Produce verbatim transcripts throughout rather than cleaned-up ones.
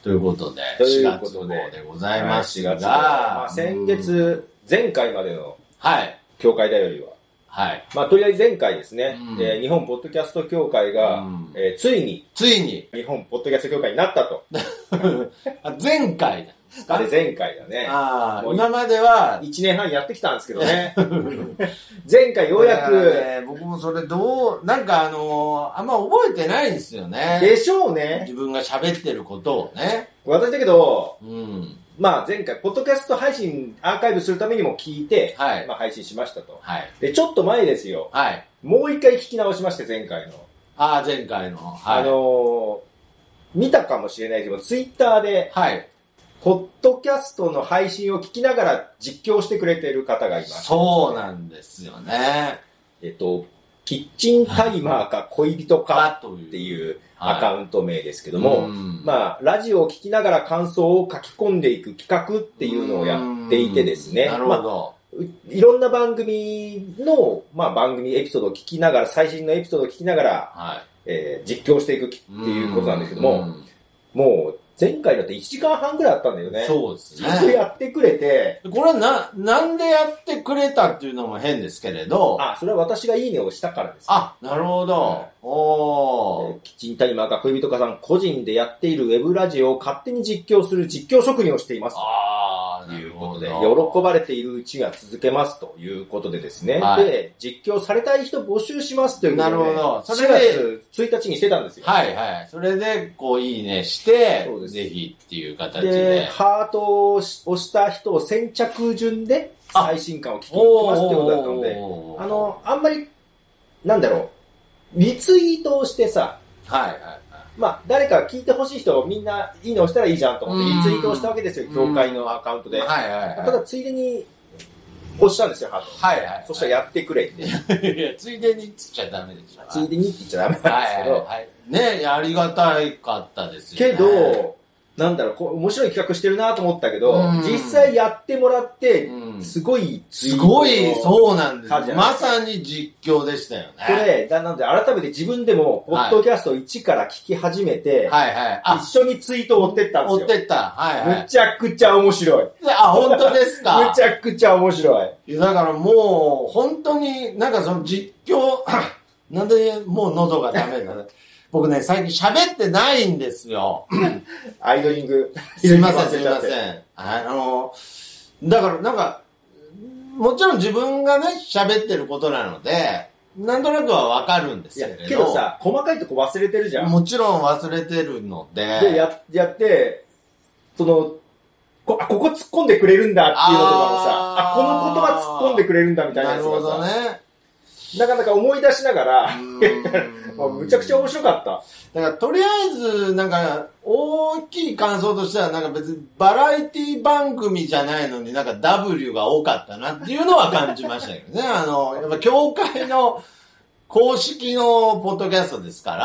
ということで、しがつ号でございますが、はい、 まあ、先月、前回までの、 はい。 協会だよりは、 はい。 まあ、とりあえず前回ですね、うん、えー、日本ポッドキャスト協会が、うん、えー、ついに、 ついに、 日本ポッドキャスト協会になったと。 前回だ。 あれ前回だね。 ああ、今までは、 いちねんはんやってきたんですけどね。前回ようやく、 ね、僕もそれどう、なんかあのー、あんま覚えてないんですよね。 でしょうね。 自分が喋ってることをね。 私だけど、 うん。 まあ前回、ポッドキャスト配信、アーカイブするためにも聞いて、はい、まあ配信しましたと。 はい。 で、ちょっと前ですよ。 はい。 もう一回聞き直しまして、前回の。 ああ、前回の。 はい。あのー、見たかもしれないけど、ツイッターで、 はい。 ポッドキャストの配信を聞きながら実況してくれてる方がいます、ね。 そうなんですよね。 えっと、キッチンタイマーか恋人かっていうアカウント名ですけども、はい、まあ、ラジオを聞きながら感想を書き込んでいく企画っていうのをやっていてですね。 なるほど。 まあ、いろんな番組の、まあ、番組エピソードを聞きながら、最新のエピソードを聞きながら、はい、えー、実況していくっていうことなんですけども、もう、前回だっていちじかんはんくらいあったんだよね。 そうですね。 それやってくれて。 これはな、なんでやってくれたっていうのも変ですけれど。 あ、それは私がいいねをしたからです。 あ、なるほど。はい、おー。 キッチンタイマーか恋人かさん個人でやっているウェブラジオを勝手に実況する実況職人をしています。 あー、 ということで、喜ばれているうちが続けますということでですね。はい、で、実況されたい人募集しますということで、ね。 なるほど。 それでしがつついたちにしてたんですよ。 はいはい。それで、こう、いいねして、そうですぜひっていう形で。で、 ハートを押した人を先着順で最新刊を聞きにますってことだったので、あの、あんまり、なんだろう、リツイートをしてさ、 はいはいはい。 まあ、誰か聞いてほしい人をみんないいねをしたらいいじゃんと思ってリツイートをしたわけですよ、協会のアカウントで。 はいはいはい。 ただ、ついでに押したんですよ、ハート。 はいはい。 そしたらやってくれって。 いや、ついでにって言っちゃダメでしょ。 ついでにって言っちゃダメなんですけど。はいはいはい。 ね、ありがたいかったですよね。けど、なんだろう、こう面白い企画してるなと思ったけど、実際やってもらって、すごいツイート、すごい、そうなんです。まさに実況でしたよね。 これ、なので改めて自分でも、ポッドキャストいちから聞き始めて、 はいはい、 一緒にツイートを追ってったんですよ。 追ってった。はいはい。 むちゃくちゃ面白い。 あ、本当ですか。 むちゃくちゃ面白い。 だからもう、本当になんかその実況、なんでもう喉がダメだね。僕ね、最近喋ってないんですよ。 アイドリング。 すいません、すいません。あの、だからなんか、もちろん自分がね、喋ってることなので、なんとなくはわかるんですけれど。 けどさ、細かいとこ忘れてるじゃん。 もちろん忘れてるので。 で、や、やって、その、こ、あ、ここ突っ込んでくれるんだっていうのとかもさ、あ、この言葉突っ込んでくれるんだみたいなやつがさ。なるほどね。なかなか思い出しながら、もうむちゃくちゃ面白かった。 だからとりあえず、なんか、大きい感想としては、なんか別にバラエティ番組じゃないのになんか ダブリュー が多かったなっていうのは感じましたけどね。あの、やっぱ協会の公式のポッドキャストですから、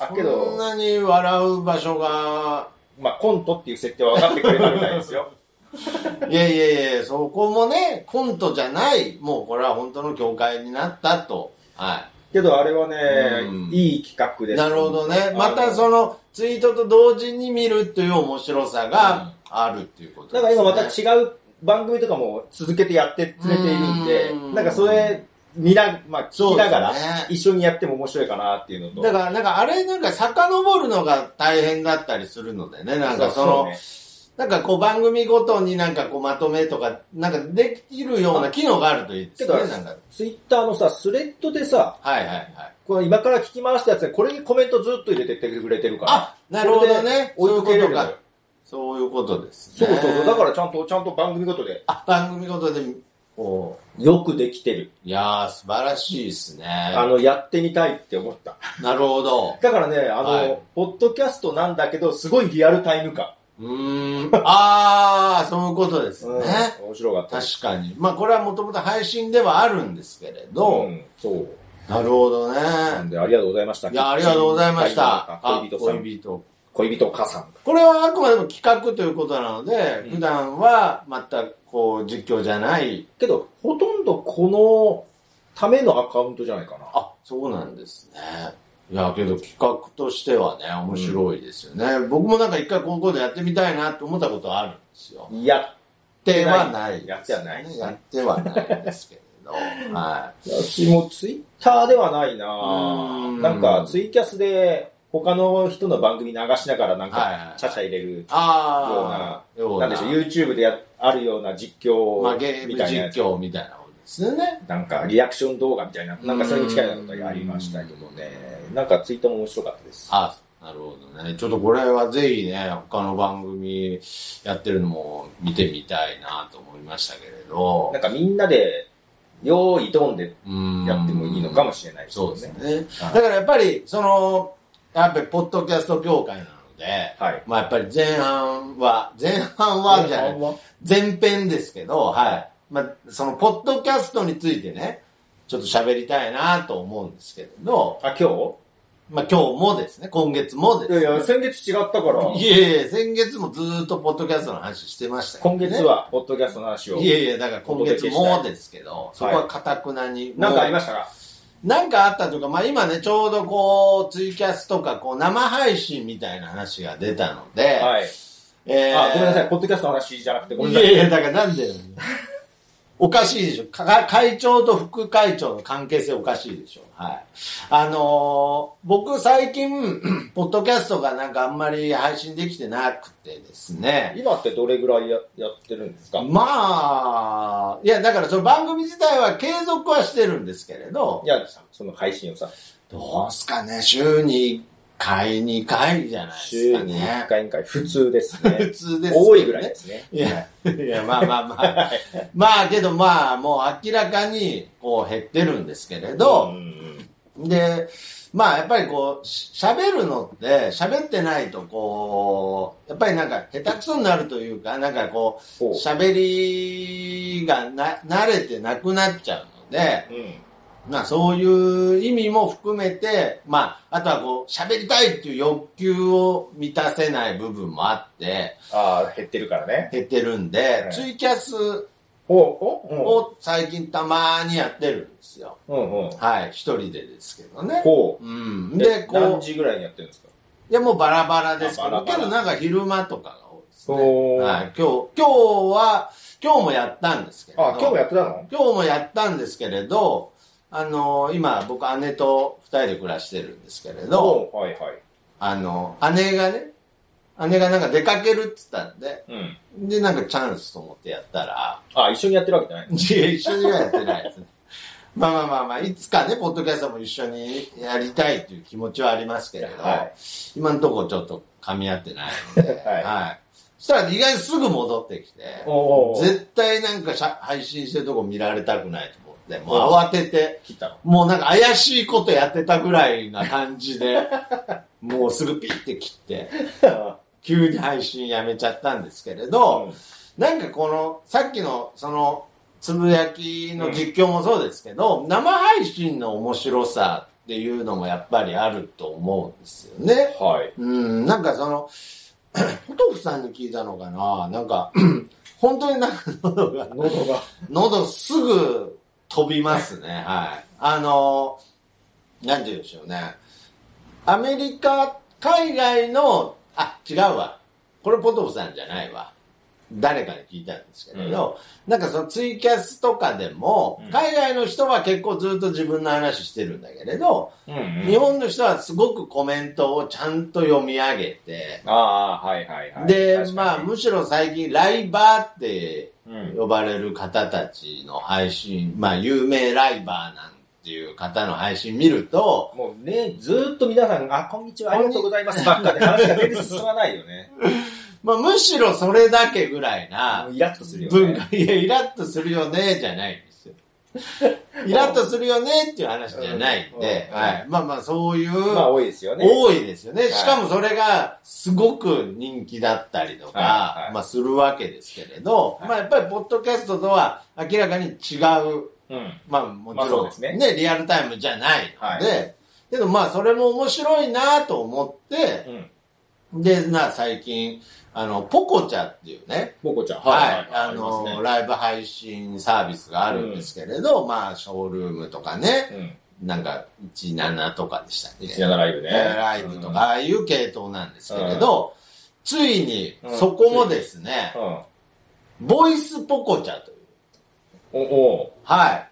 そんなに笑う場所が、 まあコントっていう設定は分かってくれたみたいですよ。 いやいやいや、そこもね、コントじゃない、もうこれは本当の協会になったと。はい。 けどあれはね、いい企画です。 なるほどね。またそのツイートと同時に見るっていう面白さがあるっていうことですね。 だから今また違う番組とかも続けてやってくれているんで、んなんかそれ、見な、まあ聞きながら一緒にやっても面白いかなっていうのと。 だからなんかあれなんか遡るのが大変だったりするのでね、なんかその、そうそうね、なんかこう番組ごとになんかこうまとめとか、なんかできるような機能があるといいですね。なんかツイッターのさ、スレッドでさ、 はいはいはい。 この今から聞き回したやつで、これにコメントずっと入れてってくれてるから。 あ、なるほどね。そういうことか。そういうことですね。 そうそうそう。だからちゃんと、ちゃんと番組ごとで。 あ、番組ごとで、こう、よくできてる。 いやー、素晴らしいですね。 あの、やってみたいって思った。 なるほど。 だからね、あの、はい、ポッドキャストなんだけど、すごいリアルタイム感。 うーん。あー、そういうことですね。うん、 面白かった。 確かに。まあ、これはもともと配信ではあるんですけれど。うん、 そう。 なるほどね。 なんで、ありがとうございました。 いや、ありがとうございました。 恋人さん。恋人。恋人かさん。 これはあくまでも企画ということなので、うん、普段は全くこう実況じゃない。 けど、ほとんどこのためのアカウントじゃないかな。 あ、そうなんですね。 いや、けど企画としてはね、面白いですよね。うん、僕もなんか一回このことやってみたいなと思ったことはあるんですよ。 やってはない。 やってはない。 やってはないですけれど。はい。 私もツイッターではないなぁ。なんかツイキャスで他の人の番組流しながらなんか、ちゃちゃ入れるような、なんでしょう、YouTube でやあるような実況まあ、ゲーム実況みたいなことですよね。 なんかリアクション動画みたいな、なんかそれに近いようなことがありましたけどね。なんかツイートも面白かったです。 あ、なるほどね。ちょっとこれはぜひね、他の番組やってるのも見てみたいなと思いましたけれど。 なんかみんなで、用意ドンでやってもいいのかもしれないですね。 そうですね。だからやっぱり、その、やっぱりポッドキャスト協会なので、はい、まあやっぱり前半は、前半はじゃない、前編ですけど、はい。まあそのポッドキャストについてね、ちょっと喋りたいなと思うんですけれど。 あ、今日まあ今日もですね、今月もですね。 いやいや、先月違ったから。 いやいや、先月もずーっとポッドキャストの話してましたけど、 ね。今月はポッドキャストの話を。 いやいや、だから今月もですけど、そこは堅くなに。 なんかありましたか？ なんかあったというか、まあ今ね、ちょうどこう、ツイキャスとか、こう、生配信みたいな話が出たので、 はい。えー、あ、ごめんなさい、ポッドキャストの話じゃなくて、ごめんなさい。 いやいや、だからなんでおかしいでしょ。会長と副会長の関係性おかしいでしょ。はい。あのー、僕最近、ポッドキャストがなんかあんまり配信できてなくてですね。 今ってどれぐらい や, やってるんですか？ まあ、いや、だからその番組自体は継続はしてるんですけれど。 いや、その配信をさ。 どうすかね、週にいっかい、にかいじゃないですかね。週にいっかい、にかい。普通ですね。 普通ですね。 多いぐらいですね。 いや、いや、まあまあまあ。まあけどまあ、もう明らかにこう減ってるんですけれど、で、まあやっぱりこう、喋るのって、喋ってないとこう、やっぱりなんか下手くそになるというか、なんかこう、喋りがな慣れてなくなっちゃうので、うんまあそういう意味も含めて、まあ、あとはこう、喋りたいっていう欲求を満たせない部分もあって、 ああ、減ってるからね。 減ってるんで、うん、ツイキャスをを最近たまにやってるんですよ。 うんうん、 はい、一人でですけどね。 ほう。 うん。 で、こう。何時ぐらいにやってるんですか？ いや、もうバラバラですけど、バラバラけどなんか昼間とかが多いですね。はい、今日、今日は、今日もやったんですけれど。 あ、今日もやってたの？ 今日もやったんですけれど、あの、今、僕、姉と二人で暮らしてるんですけれど、 はいはい。 あの、姉がね、姉がなんか出かけるって言ったんで、うん、で、なんかチャンスと思ってやったら、 あ、一緒にやってるわけじゃない？ いや、一緒にはやってないですね。まあまあまあまあ、いつかね、ポッドキャストも一緒にやりたいという気持ちはありますけれど、はい、今のところちょっと噛み合ってないので、はい。はい、そしたら意外にすぐ戻ってきて、お絶対なんか配信してるとこ見られたくないと。でもう慌てて、もうなんか怪しいことやってたぐらいな感じで、もうすぐピッて切って、急に配信やめちゃったんですけれど、うん、なんかこの、さっきのその、つぶやきの実況もそうですけど、うん、生配信の面白さっていうのもやっぱりあると思うんですよね。 はい。 うん、なんかその、ポトフさんに聞いたのかななんか、本当になんか喉が、 喉が、 喉すぐ、飛びますね。はい。あの、なんて言うんでしょうね。アメリカ、海外の、あ、違うわ。これポトフさんじゃないわ。誰かに聞いたんですけれど、うん、なんかそのツイキャスとかでも、うん、海外の人は結構ずっと自分の話してるんだけれど、うんうん、日本の人はすごくコメントをちゃんと読み上げて、 ああ、はいはいはい。 で、まあむしろ最近ライバーって、呼ばれる方たちの配信、まあ有名ライバーなんていう方の配信見ると、 もうね、ずーっと皆さん、あ、こんにちは、ありがとうございますばっかで話が全然進まないよね。 まあむしろそれだけぐらいな、 イラッとするよね。 文化、いや、イラッとするよね、じゃないんですよ。イラッとするよねっていう話じゃないんで、はい。まあまあそういう、 まあ多いですよね。 多いですよね。しかもそれがすごく人気だったりとか、はいはい、まあするわけですけれど、はい、まあやっぱりポッドキャストとは明らかに違う、うん、まあもちろん、まあ、ですね、ね、リアルタイムじゃないので、はい、けどまあそれも面白いなと思って、うん、で、な、最近、あの、ポコチャっていうね。 ポコチャ。 はい。はい、あの、あね、ライブ配信サービスがあるんですけれど、うん、まあ、ショールームとかね、 なんかいちななとかでしたっけ、 いちななライブね。 ライブとか、ああいう系統なんですけれど、うん、ついにそこもですね、うん、ボイスポコチャという。 おおはい。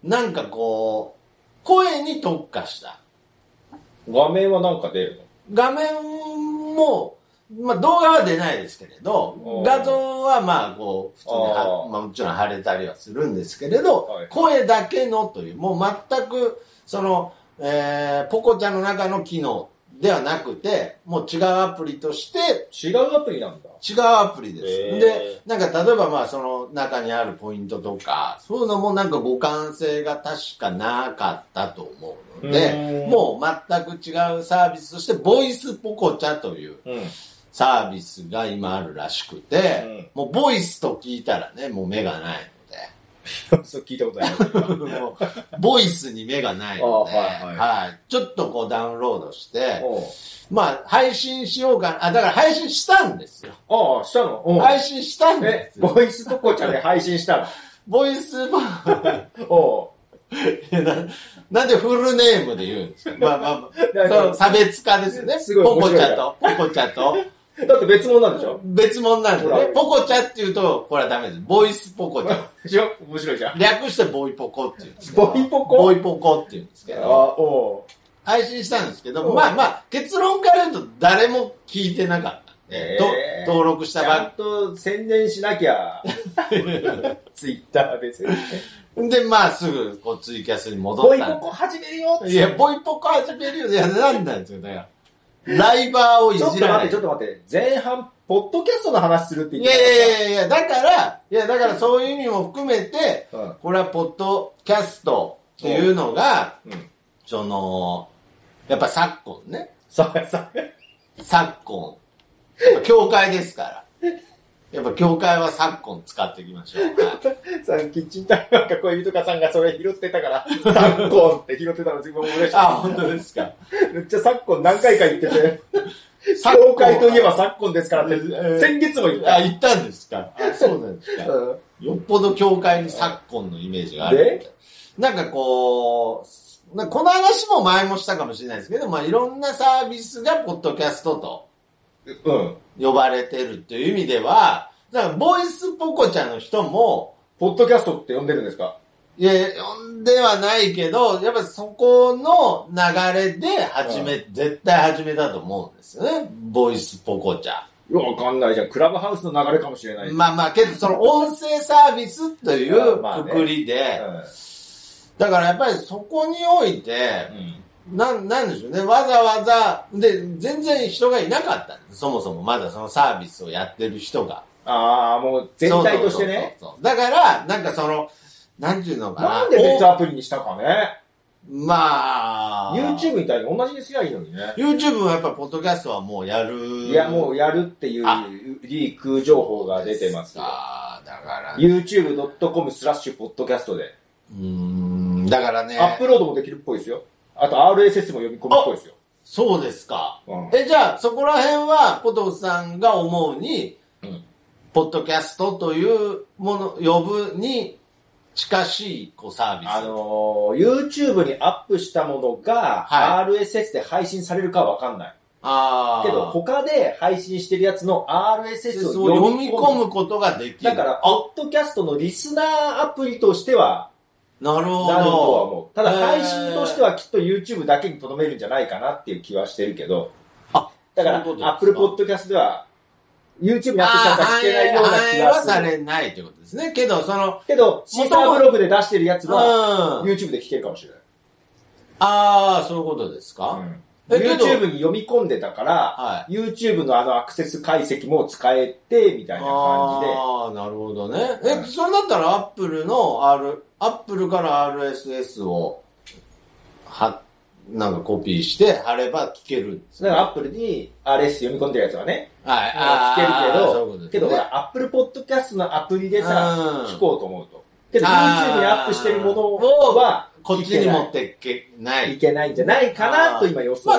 なんかこう、声に特化した。 画面はなんか出るの？画面も、まあ動画は出ないですけれど、画像はまあこう、普通には、まあもちろん貼れたりはするんですけれど、はい、声だけのという、もう全く、その、えー、ポコちゃんの中の機能ではなくて、もう違うアプリとして。 違うアプリなんだ。 違うアプリです。で、なんか例えばまあその中にあるポイントとか、そういうのもなんか互換性が確かなかったと思うので、もう全く違うサービスとして、ボイスポコチャというサービスが今あるらしくて、うん、もうボイスと聞いたらね、もう目がない。 そう聞いたことないもうボイスに目がないので、はいはいはい、ちょっとこうダウンロードして、まあ配信しようかな、あ、だから配信したんですよ。 ああ、したの？ 配信したんですよ。 ボイスポコチャで配信したの？ ボイスポおな, なんでフルネームで言うんですか？まあまあ、そう差別化ですよね。すごいポコチャと、ポコチャと。 だって別物なんでしょ？ 別物なんでね。ポコチャって言うと、これはダメです。ボイスポコチャ。 でしょ？面白いじゃん。 略してボイポコって言うんですけど。ボイポコ？ ボイポコって言うんですけど。あお配信したんですけど、まあまあ、結論から言うと誰も聞いてなかったんで、えー、登録したばっちゃんと宣伝しなきゃ。ツイッターですよね。 で、まあすぐこうツイキャスに戻った。ボイポコ始めるよって。 いや、ボイポコ始めるよ。いや、なんなんですよ。だからライバーをいじらない。 ちょっと待って、ちょっと待って。前半、ポッドキャストの話するって言ってた。いやいやいやいや、だから、いや、だからそういう意味も含めて、うん、これはポッドキャストっていうのが、うん、その、やっぱ昨今ね。 そうさ、 昨今。やっぱ教会ですから。やっぱ教会は昨今使っていきましょう。 さキッチンタイマーか恋人かさんがそれ拾ってたから、昨今って拾ってたの自分も嬉しい。 あ、本当ですか。 めっちゃ昨今何回か言ってて、教会といえば昨今ですからって、えー、先月も言った。 あ、言ったんですか。あ、そうなんですか。うん、よっぽど教会に昨今のイメージがある。でなんかこう、この話も前もしたかもしれないですけど、まあいろんなサービスがポッドキャストと、うん。呼ばれてるっていう意味では、だからボイスポコちゃんの人も、 ポッドキャストって呼んでるんですか？ いや、呼んではないけど、やっぱそこの流れで始め、うん、絶対始めたと思うんですよね。ボイスポコちゃん。 わかんないじゃん。クラブハウスの流れかもしれない。 まあまあ、けどその音声サービスというくくりで、まあねうん、だからやっぱりそこにおいて、うん、なん、なんでしょうね。わざわざ、で、全然人がいなかったんです。そもそもまだそのサービスをやってる人が。 ああ、もう全体としてね。 そうそうそうそう。だから、なんかその、なんていうのかな。 なんで別アプリにしたかね。 まあ。 YouTube みたいに同じにすりゃいいのにね。 YouTube はやっぱポッドキャストはもうやる。 いや、もうやるっていうリーク情報が出てますよ。 ああ、だから、 ね。ユーチューブドットコム スラッシュポッドキャストで。 うーん、だからね。 アップロードもできるっぽいですよ。あと アールエスエス も読み込むっぽいですよ。 そうですか。うん、え、じゃあ、そこら辺は、ポトフさんが思うに、うん、ポッドキャストというもの、呼ぶに近しいこうサービス。 あのー、YouTube にアップしたものが、はい、アールエスエス で配信されるかわかんない。 あけど、他で配信してるやつの アールエスエス を読み込むことができる。 だから、ポッドキャストのリスナーアプリとしては、 なるほど。 なるとは思う。ただ配信としてはきっと YouTube だけに留めるんじゃないかなっていう気はしてるけど。あ、だから Apple Podcast では YouTube にアップしたら聞けないような気がする。 はされないってことですね。けど、その、 けど、シーサーブログで出してるやつは YouTube で聞けるかもしれない。 ああ、そういうことですか、 うん、YouTube に読み込んでたから、はい、YouTube のあのアクセス解析も使えて、みたいな感じで。 ああ、なるほどね。え、それだったら Apple の R、アップルから アールエスエス を、は、なんかコピーして貼れば聞けるんです、 ね。だからアップルに アールエス 読み込んでるやつはね。 はい。 聞けるけど、そういうことですね、けどほら、アップルポッドキャストのアプリでさ、聞こうと思うと。けど YouTube にアップしてるものは、 こっちに持っていけない。 いけないんじゃないかなと今予想はして。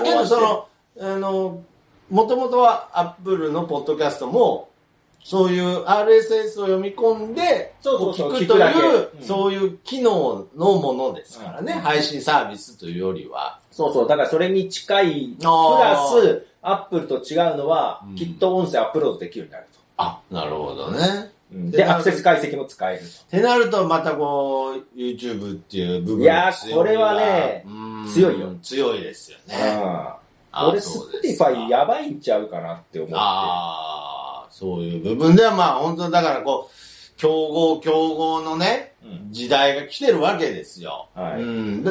まあけどその、あの、もともとはアップルのポッドキャストも、 そういう アールエスエス を読み込んで、 そうそうそう聞くという、 うん、 そういう機能のものですからね、うん、配信サービスというよりは。 そうそう、だからそれに近い、プラス、アップルと違うのは、うん、きっと音声アップロードできるようになると。 あ、なるほどね。 で、アクセス解析も使えると。 ってなると、またこう、YouTube っていう部分が。 いやー、これはね、強いよ。 強いですよね。 うん。俺、Spotify やばいんちゃうかなって思って。 ああ、そういう部分ではまあ、本当だからこう、競合、競合のね、うん、時代が来てるわけですよ。はい。うん。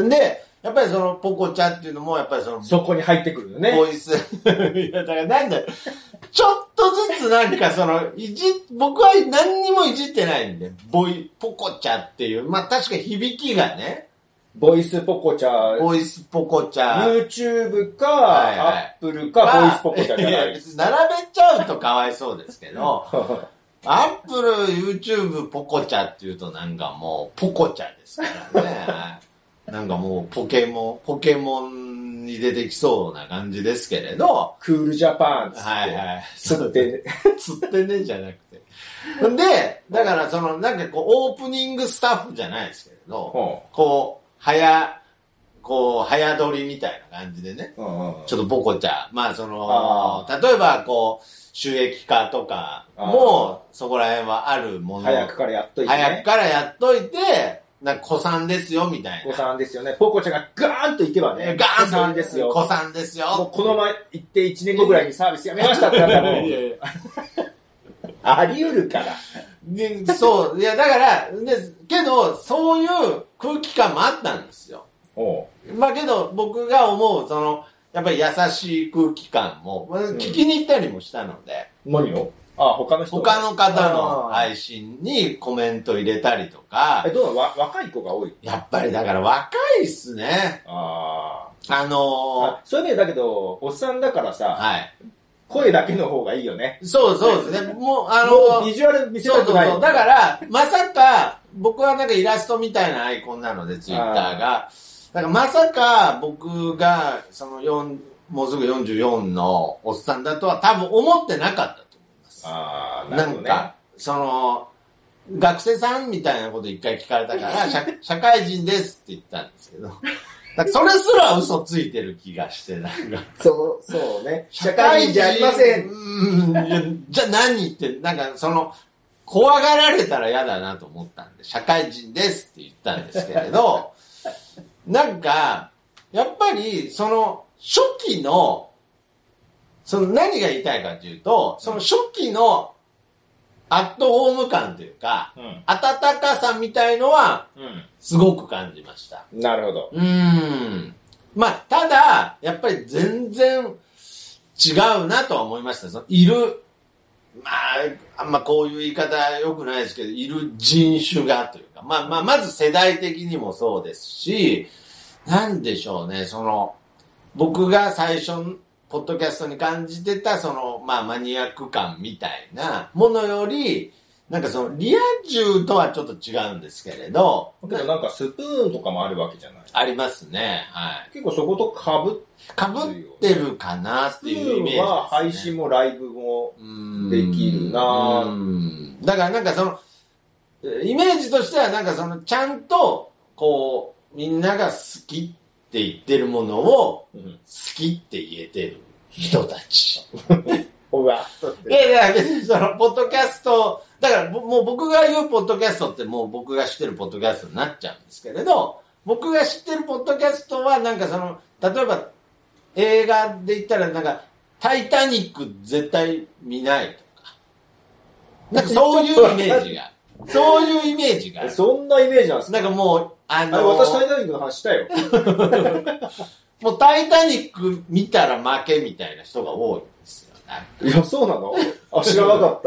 で、やっぱりそのポコチャっていうのもやっぱりそのそこに入ってくるよね。 ボイス。いやだからなんだちょっとずつなんかそのいじ僕は何にもいじってないんでボイポコチャっていうまあ確か響きがねボイスポコチャボイスポコチャ YouTube か、はいはい、Apple かボイスポコチャじゃない。いや別に並べちゃうとかわいそうですけど。アップル、YouTube、ポコチャっていうとなんかもうポコチャですからね。なんかもうポケモン、ポケモンに出てきそうな感じですけれど。 クールジャパンつって。 はいはい。 釣ってね。 釣ってねじゃなくて。で、だからそのなんかこうオープニングスタッフじゃないですけれど、こう、早、こう、早撮りみたいな感じでね。ちょっとポコチャ。まあその、例えばこう、収益化とかも、そこら辺はあるもの。 早くからやっといて、ね。 早くからやっといて、なんか、子さんですよ、みたいな。 子さんですよね。ポコちゃんがガーンといけばね。 ガーンと。 子さんですよ。 子さんですよ。 もうこの前行っていちねんごぐらいにサービスやめましたってなったらもう。あり得るから。 でそう。いや、だから、でけど、そういう空気感もあったんですよ。おうまあけど、僕が思う、その、やっぱり優しい空気感も、聞きに行ったりもしたので。 うん、何をあ、他の人他の方の配信にコメント入れたりとか。 え、どうなのわ若い子が多いやっぱりだから若いっすね。ああ。あのー、 あそういう意味だけど、おっさんだからさ、はい、声だけの方がいいよね。 そうそうですね。もう、あのー、もうビジュアル見せたくない、ね。 そうそうそう。だから、まさか、僕はなんかイラストみたいなアイコンなので、ツイッターが。だからまさか僕が、そのよん、もうすぐよんじゅうよんのおっさんだとは多分思ってなかった。 あなるほどね、 なんか、その、学生さんみたいなこと一回聞かれたから社、社会人ですって言ったんですけど、それすら嘘ついてる気がして、なんか。 そう、そうね。社会人じゃありません。 うんじゃあ何って、なんかその、怖がられたら嫌だなと思ったんで、社会人ですって言ったんですけれど、なんか、やっぱり、その、初期の、その何が言いたいかというと、その初期のアットホーム感というか、うん、温かさみたいのは、すごく感じました。 うん、なるほど。 うーん。まあ、ただ、やっぱり全然違うなとは思いました。そのいる、まあ、あんまこういう言い方良くないですけど、いる人種がというか、まあまあ、まず世代的にもそうですし、なんでしょうね、その、僕が最初、ポッドキャストに感じてた、その、まあ、マニアック感みたいなものより、なんかその、リア充とはちょっと違うんですけれど。 けどなんかスプーンとかもあるわけじゃない？ ありますね。はい。 結構そこと被ってる、 かぶってるかなっていうイメージです、ね。スプーンは配信もライブもできるなぁ。だからなんかその、イメージとしてはなんかその、ちゃんと、こう、みんなが好きって言ってるものを、好きって言えてる人たち。 うわいやいや、別にその、ポッドキャスト、だからもう僕が言うポッドキャストってもう僕が知ってるポッドキャストになっちゃうんですけれど、僕が知ってるポッドキャストはなんかその、例えば映画で言ったらなんか、タイタニック絶対見ないとか、なんかそういうイメージが、そういうイメージが。 そんなイメージなんですか？ なんかもう、あのー、 あ私タイタニックの話したよ。 もうタイタニック見たら負けみたいな人が多いんですよ。 いや、そうなの？あ、知らなかった。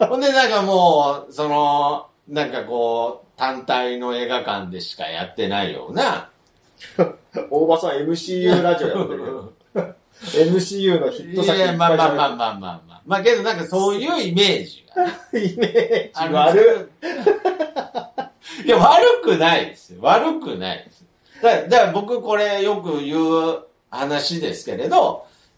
ほんでなんかもう、その、なんかこう、単体の映画館でしかやってないような。 大場さん エムシーユー ラジオやってるよ。エムシーユー のヒット作いっぱい。 いや、まあまあまあまあまあまあ。まあけどなんかそういうイメージが。 イメージ悪い。いや、悪くないですよ。悪くないです。だから、だから僕これよく言う話ですけれど、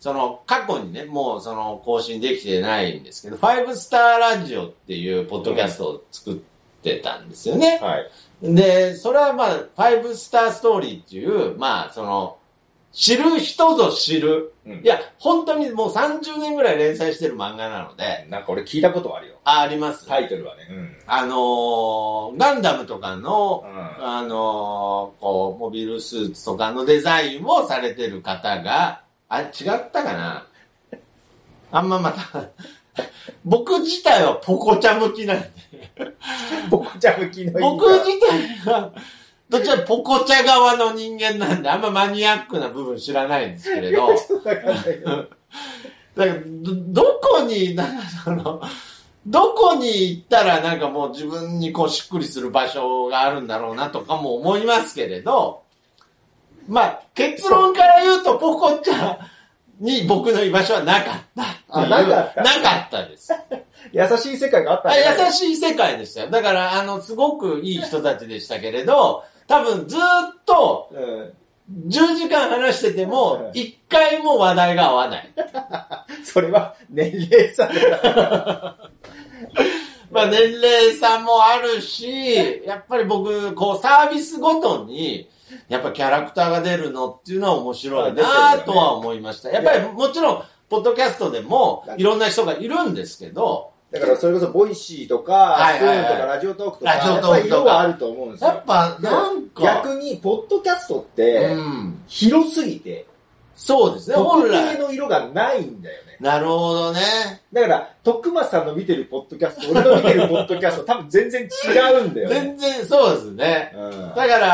その、過去にね、もうその、更新できてないんですけど、ファイブスターラジオっていうポッドキャストを作ってたんですよね。 はい。 で、それはまあ、ファイブスターストーリーっていう、まあ、その、知る人ぞ知る。うん、いや、本当にもうさんじゅうねんぐらい連載してる漫画なので。 なんか俺聞いたことあるよ。 あ、あります。 タイトルはね。うん、 あのー、ガンダムとかの、うん、あのー、こう、モビルスーツとかのデザインをされてる方が、あ、違ったかなあんままた、僕自体はポコチャ向きなんで。 ポコチャ向きの僕自体は、どっちらポコチャ側の人間なんで、あんまマニアックな部分知らないんですけれど。だからど、どこに、なんかその、どこに行ったらなんかもう自分にこうしっくりする場所があるんだろうなとかも思いますけれど、まあ、結論から言うとポコチャに僕の居場所はなかったっていう。 あ、なかった。 なかったです。 優しい世界があったんじゃない？優しい世界でしたよ。だから、あの、すごくいい人たちでしたけれど、多分ずーっと、じゅうじかん話してても、いっかいも話題が合わない。 それは年齢差だ。 まあ年齢差もあるし、やっぱり僕、こうサービスごとに、やっぱキャラクターが出るのっていうのは面白いなとは思いました。やっぱりもちろん、ポッドキャストでもいろんな人がいるんですけど、 だからそれこそボイシーとか、スプーンとかラジオトークとか、やっぱり色はあると思うんですよ。 やっぱなんか、 逆にポッドキャストって、広すぎて、 そうですね、 特定の色がないんだよね。 なるほどね。 だから、徳間さんの見てるポッドキャスト、俺の見てるポッドキャスト、多分全然違うんだよね。 全然、そうですね。うん、だから、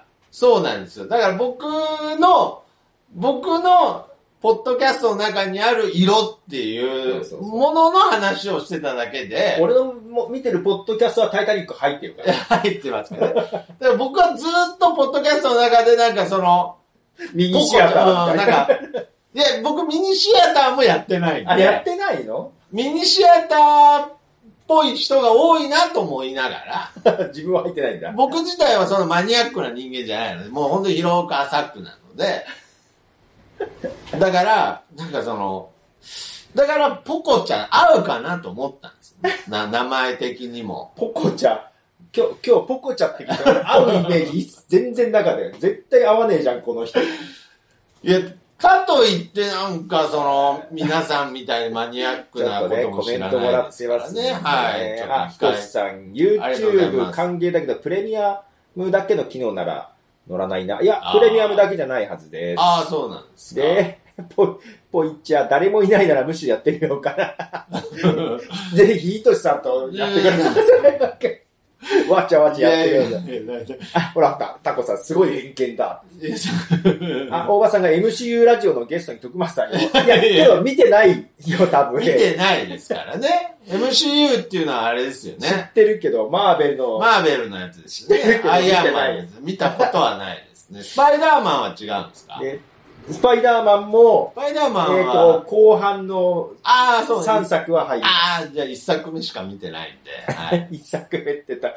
そうなんですよ。だから僕の、僕の、ポッドキャストの中にある色っていうものの話をしてただけで。 俺の見てるポッドキャストはタイタニック入ってるから。 入ってますからね。だから僕はずっとポッドキャストの中でなんかその、 ミニシアターみたいな。 なんか、いや、僕ミニシアターもやってないんで。 あ、やってないの？ ミニシアターっぽい人が多いなと思いながら。自分は入ってないんだ。 僕自体はそのマニアックな人間じゃないので、もう本当に広く浅くなので、だから、なんかその、だからポコちゃん合うかなと思ったんですよ、ね。な、名前的にも。 ポコちゃん今日、今日ポコちゃんって聞いたら合うイメージ全然なかったよ。絶対合わねえじゃん、この人。いや、かといってなんかその、皆さんみたいにマニアックなことも知らないですからね。ねはい。ちょっとあ、ひとしさん、YouTube 歓迎だけど、プレミアムだけの機能なら、乗らないな。いや、プレミアムだけじゃないはずです。 ああ、そうなんですか。 で、ポ、ポイッチャー、誰もいないならむしろやってみようかな。ぜひ、ひとしさんとやってください。わちゃわちゃやってください。あ、ほら、た、タコさん、すごい偏見だ。あ、大場さんが エムシーユー ラジオのゲストに徳松さんに。いや、けど見てないよ、多分。 見てないですからね。エムシーユー っていうのはあれですよね。 知ってるけど、マーベルの。 マーベルのやつですよね。アイアンマンです。見たことはないですね。スパイダーマンは違うんですか？ スパイダーマンも、 スパイダーマンは、 えっと、後半のさんさくは入ります。 ああ、じゃあいっさくめしか見てないんで。はい、 いっさくめって言った。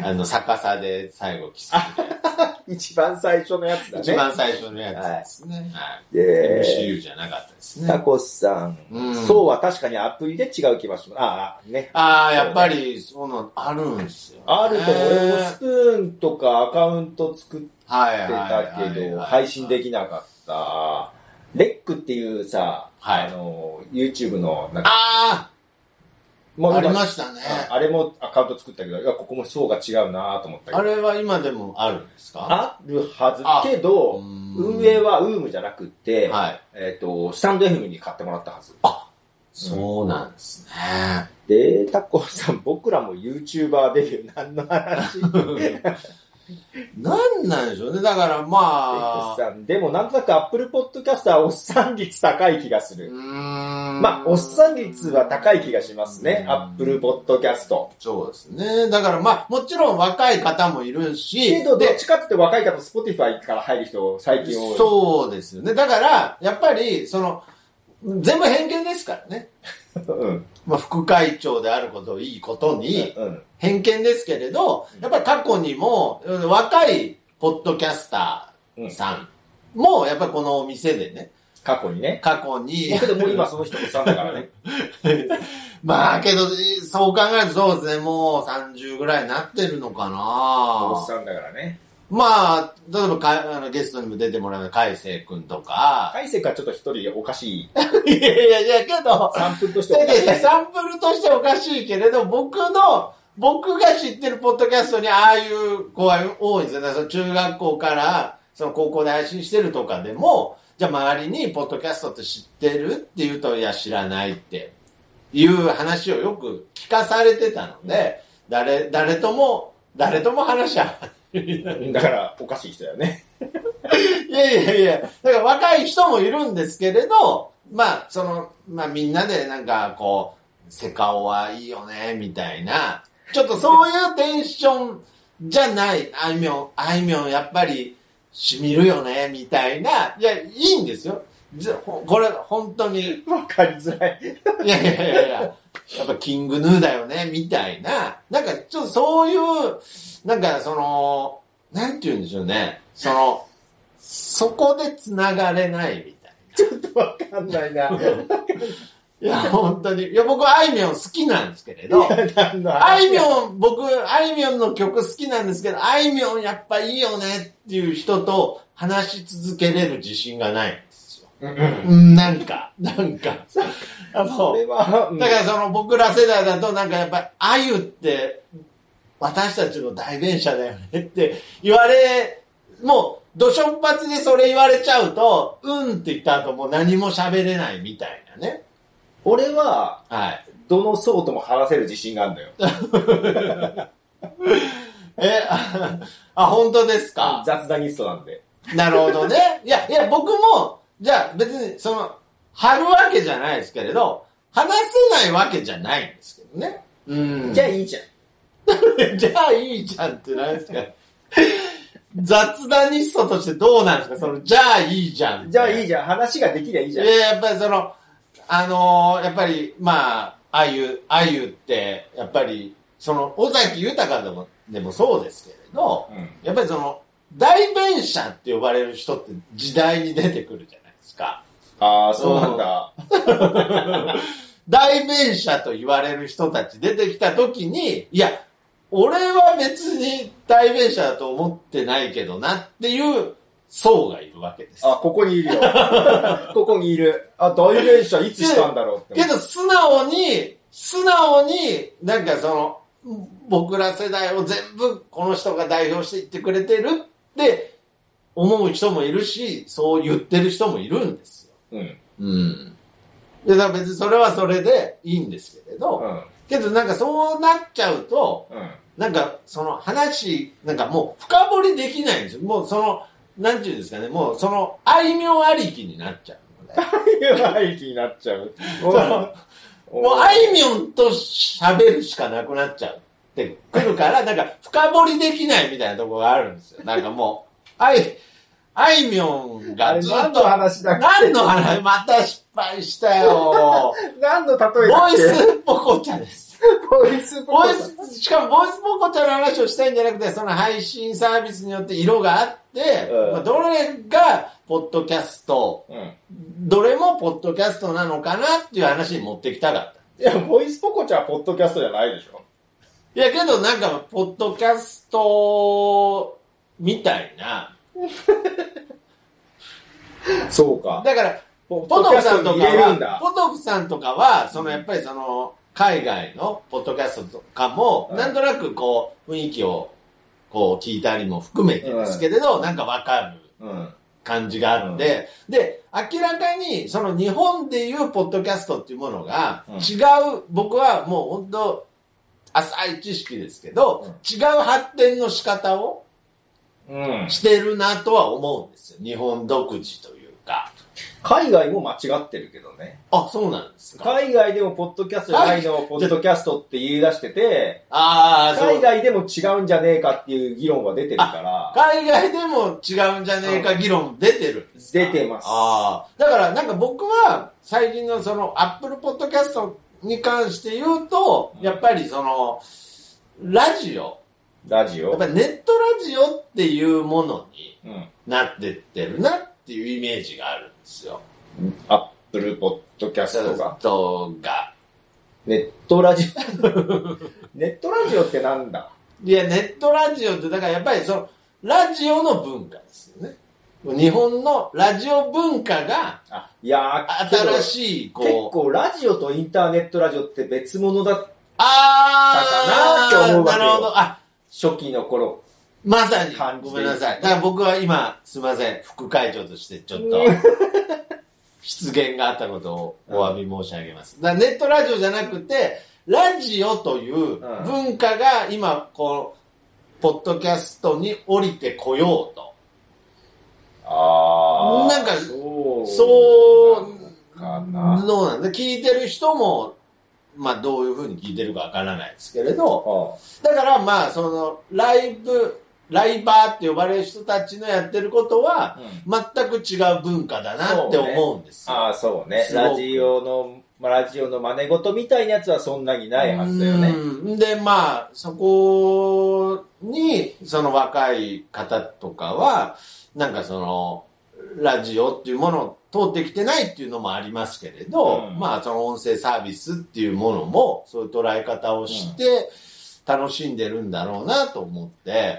あの、逆さで最後キス。 一番最初のやつだね。 一番最初のやつですね。はい。 で、 エムシーユー じゃなかったですね。 タコさん、うん、そうは確かにアプリで違う気がします。ああ、ね。 ああ、やっぱり、そうなの、あるんですよ、ね。 あると、俺もスプーンとかアカウント作ってたけど、配信できなかった。レックっていうさ、はい、あの、YouTube の、なんか、 ああもうありましたね。 あれもアカウント作ったけど、いや、ここも層が違うなと思ったけど。 あれは今でもあるんですか？ あるはずけど、運営はウームじゃなくて、はい、えっ、ー、と、スタンド エフエム に買ってもらったはず。 あ、そうなんですね。 で、タコさん、僕らも YouTuber デビュー、何の話なんなんでしょうね。だからまあ。 でもなんとなく Apple Podcast はおっさん率高い気がする。うーんまあ、おっさん率は高い気がしますね。Apple Podcast。 そうですね。だからまあ、もちろん若い方もいるし。 けど、どっちかって言って若い方、Spotify から入る人、最近多い。 そうですよね。だから、やっぱり、その、全部偏見ですからね。うん、まあ副会長であることをいいことに、偏見ですけれど、やっぱり過去にも若いポッドキャスターさんもやっぱりこのお店でね、 過去にね。 過去に。 だけどもう今その人おっさんだからね。 まあけど、そう考えるとそうですね、もうさんじゅうぐらいになってるのかな。 おっさんだからね。 まあ、例えばかあのゲストにも出てもらう海星くんとか。 海星くんはちょっと一人おかしい。 いやいやいや、けど、 サンプルとしておかしい。 いやいやサンプルとしておかしいけれど、僕の、僕が知ってるポッドキャストにああいう子は多いんですよね。その中学校から、その高校で配信してるとかでも、じゃあ周りにポッドキャストって知ってるって言うと、いや知らないっていう話をよく聞かされてたので、誰、誰とも、誰とも話し合わない。 だから、おかしい人だよね。 いやいやいや、だから若い人もいるんですけれど、まあ、その、まあみんなでなんかこう、セカオはいいよね、みたいな、ちょっとそういうテンションじゃない、あいみょん、あいみょんやっぱり染みるよね、みたいな、いや、いいんですよ。これ、本当に。 わかりづらい。 いやいやいやいや、やっぱキングヌーだよね、みたいな、なんかちょっとそういう、なんかその、なんて言うんでしょうね。その、そこで繋がれないみたいな。 ちょっとわかんないな。 いや、本当に。いや、僕、あいみょん好きなんですけれど、あいみょん、僕、あいみょんの曲好きなんですけど、あいみょんやっぱいいよねっていう人と話し続けれる自信がないんですよ。うん、なんか、なんか。あの、 それは、 うん、だからその僕ら世代だとなんかやっぱり、あゆって私たちの代弁者だよねって言われ、もう、どしょっぱつでそれ言われちゃうと、うんって言った後もう何も喋れないみたいなね。 俺は、 はい。 どの層とも話せる自信があるんだよ。 え、あ、あ、本当ですか？ 雑談ニストなんで。 なるほどね。いや、いや、僕も、じゃあ別に、その、貼るわけじゃないですけれど、話せないわけじゃないんですけどね。うん。 じゃあいいじゃん。じゃあいいじゃんって何ですか？雑談ニストとしてどうなんですか？その、じゃあいいじゃん。 じゃあいいじゃん。話ができりゃいいじゃん。 いや、やっぱりその、あのー、やっぱり、まあ、あゆ、あゆって、やっぱり、その、尾崎豊でも、でもそうですけれど、うん、やっぱりその、代弁者って呼ばれる人って時代に出てくるじゃないですか。 ああ、そうなんだ。 代弁者と言われる人たち出てきたときに、いや、俺は別に代弁者だと思ってないけどなっていう層がいるわけです。 あ、ここにいるよ。ここにいる。あ、代弁者いつしたんだろうって。 けど素直に、素直に、なんかその、僕ら世代を全部この人が代表して言ってくれてるって思う人もいるし、そう言ってる人もいるんですよ。うん。うん。で、だから別にそれはそれでいいんですけれど、うん、けどなんかそうなっちゃうと、うん、なんかその話、なんかもう深掘りできないんですよ。もうその、なんていうんですかね、もうその、あいみょんありきになっちゃうので。 あいみょんありきになっちゃう。 もうあいみょんと喋るしかなくなっちゃうってくるから、なんか深掘りできないみたいなところがあるんですよ。なんかもう、あい、あいみょんがずっと、 何の話だっけ？ 何の話？また失敗したよ。 何の例えだっけ？ ボイスポコチャです。 ボイスポコチャ。しかもボイスポコチャの話をしたいんじゃなくて、その配信サービスによって色があって、うんまあ、どれがポッドキャスト、うん、どれもポッドキャストなのかなっていう話に持ってきたかった。 いや、ボイスポコチャはポッドキャストじゃないでしょ？ いや、けどなんか、ポッドキャストみたいな。 そうか。 だから、ポトフさんとかは、ポトフさんとかは、そのやっぱりその、海外のポッドキャストとかも、うん、なんとなくこう、雰囲気をこう聞いたりも含めてですけれど、うん、なんかわかる感じがあるんで、うん、で、明らかにその日本でいうポッドキャストっていうものが違う、僕はもう本当、浅い知識ですけど、違う発展の仕方をしてるなとは思うんですよ。日本独自というか。 海外も間違ってるけどね。 あ、そうなんですか。 海外でもポッドキャストじゃないのをポッドキャストって言い出してて、 あ海外でも違うんじゃねえかっていう議論は出てるから。 海外でも違うんじゃねえか議論出てるんですか？ 出てます。 あだからなんか僕は最近のそのアップルポッドキャストに関して言うと、やっぱりその、ラジオ。 ラジオやっぱりネットラジオっていうものになってってるなっていうイメージがあるんですよ。 アップルポッドキャストが。 とが。 ネットラジオネットラジオってなんだ？ いや、ネットラジオって、だからやっぱりその、ラジオの文化ですよね。日本のラジオ文化が、 あ、いや新しい、 こう。結構ラジオとインターネットラジオって別物だったかあなって思うわけよ。 なるほど。あ、 初期の頃。 まさに。ごめんなさい。だから僕は今、すいません。副会長としてちょっと、失言があったことをお詫び申し上げます。だからネットラジオじゃなくて、ラジオという文化が今、こう、ポッドキャストに降りてこようと。 ああ。 なんか、 そう。 そうかな。 どうなんだ。聞いてる人も、まあどういう風に聞いてるかわからないですけれど、だからまあその、ライブ、ライバーって呼ばれる人たちのやってることは、全く違う文化だなって思うんですよ。 ね、ああ、そうね。ラジオの、ラジオの真似事みたいなやつはそんなにないはずだよね。 うんで、まあ、そこに、その若い方とかは、なんかその、ラジオっていうものを通ってきてないっていうのもありますけれど、うん、まあその音声サービスっていうものも、そういう捉え方をして楽しんでるんだろうなと思って、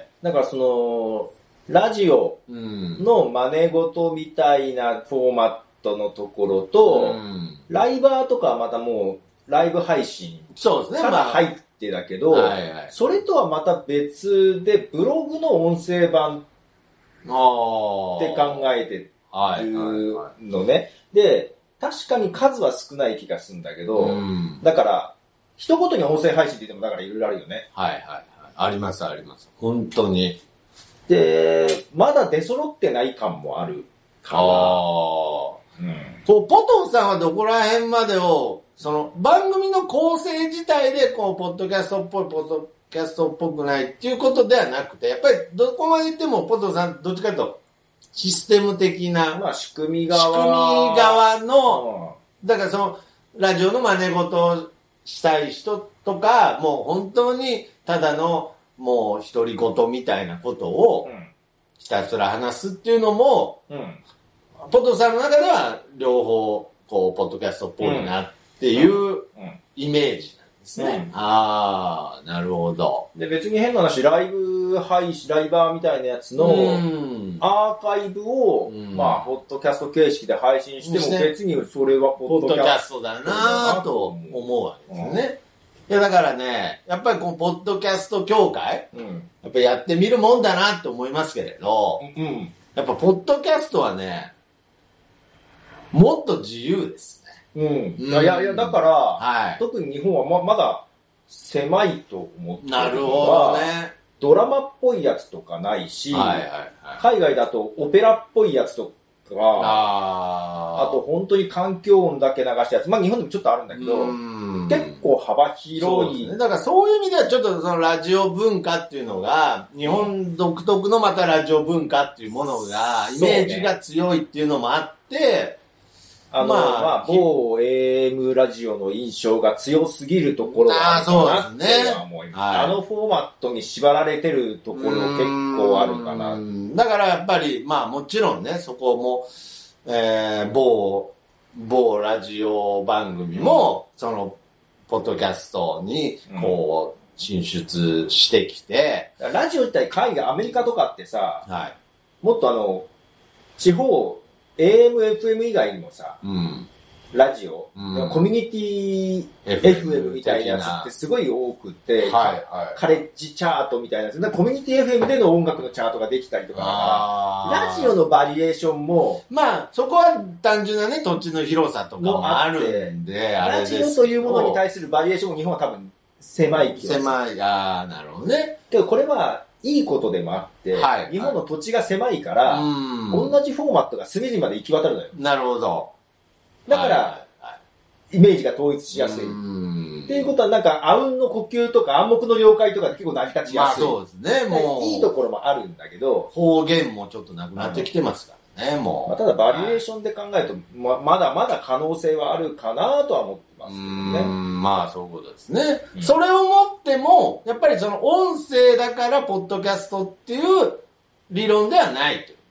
だからその、ラジオの真似事みたいなフォーマットのところと、うん、ライバーとかはまたもうライブ配信から入ってだけど、 はいはい、 それとはまた別でブログの音声版って考えてるのね。で、確かに数は少ない気がするんだけど、うん、だから、一言に音声配信って言ってもだからいろいろあるよね。 はいはいはい。ありますあります。本当に。 で、まだ出揃ってない感もあるから。あうん、こう、ポトフさんはどこら辺までを、その番組の構成自体で、こう、ポッドキャストっぽい、ポッドキャストっぽくないっていうことではなくて、やっぱりどこまで行ってもポトフさん、どっちかというと、システム的な、 まあ仕組み側。 仕組み側の、うん、だからその、ラジオの真似事をしたい人とか、もう本当にただの、もう独り言みたいなことを、ひたすら話すっていうのも、うん、ポトフさんの中では両方、こう、ポッドキャストっぽいなっていうイメージなんですね。うんうん、ああ、なるほど。 で、別に変な話、ライブ配信、ライバーみたいなやつのアーカイブを、うん、まあ、ポッドキャスト形式で配信しても別にそれはポッドキャストだなと思うわけですよね。うん、いや、だからね、やっぱりこのポッドキャスト協会、うん、やっぱやってみるもんだなって思いますけれど、うん、やっぱポッドキャストはね、もっと自由ですね。うん。いやいや、だから、はい、特に日本は ま, まだ狭いと思ってるのは、なるほどね。ドラマっぽいやつとかないし、はいはいはい、海外だとオペラっぽいやつとか、あ, あと本当に環境音だけ流したやつ、まあ日本でもちょっとあるんだけど、結構幅広い、 ね。だからそういう意味ではちょっとそのラジオ文化っていうのが、日本独特のまたラジオ文化っていうものが、イメージが強いっていうのもあって、 あの、まあ、まあ、某 エーエム ラジオの印象が強すぎるところがあるかなって思います。あ、ね、はい、あのフォーマットに縛られてるところ結構あるかな。 だからやっぱり、まあもちろんね、そこも、えー、某、某ラジオ番組も、うん、その、ポッドキャストに、こう、進出してきて。 ラジオ自体海外、アメリカとかってさ、はい、もっとあの、地方、エーエム、エフエム 以外にもさ、うん、ラジオ、うん、コミュニティ エフエム みたいなやつってすごい多くて、はいはい、カレッジチャートみたいなやつ、コミュニティ エフエム での音楽のチャートができたりとか、ラジオのバリエーションも、 まあ、そこは単純なね、土地の広さとかもあるんで、あれですけど、 ラジオというものに対するバリエーションも日本は多分狭い気がする。 狭い、ああ、なるほどね。 けどこれは、いいことでもあって、はい、日本の土地が狭いから、同じフォーマットが隅々まで行き渡るのよ。 なるほど。 だから、はいはい、イメージが統一しやすい。っていうことは、なんか、あうんの呼吸とか暗黙の了解とかで結構成り立ちやすい。 まあそうですね、もう。 いいところもあるんだけど、 方言もちょっとなくなってきてますからね、もう。 まあ、ただ、バリエーションで考えると、ま、まだまだ可能性はあるかなとは思ってますけどね。 うん、まあそういうことですね、うん。それをもっても、やっぱりその音声だから、ポッドキャストっていう理論ではないというこ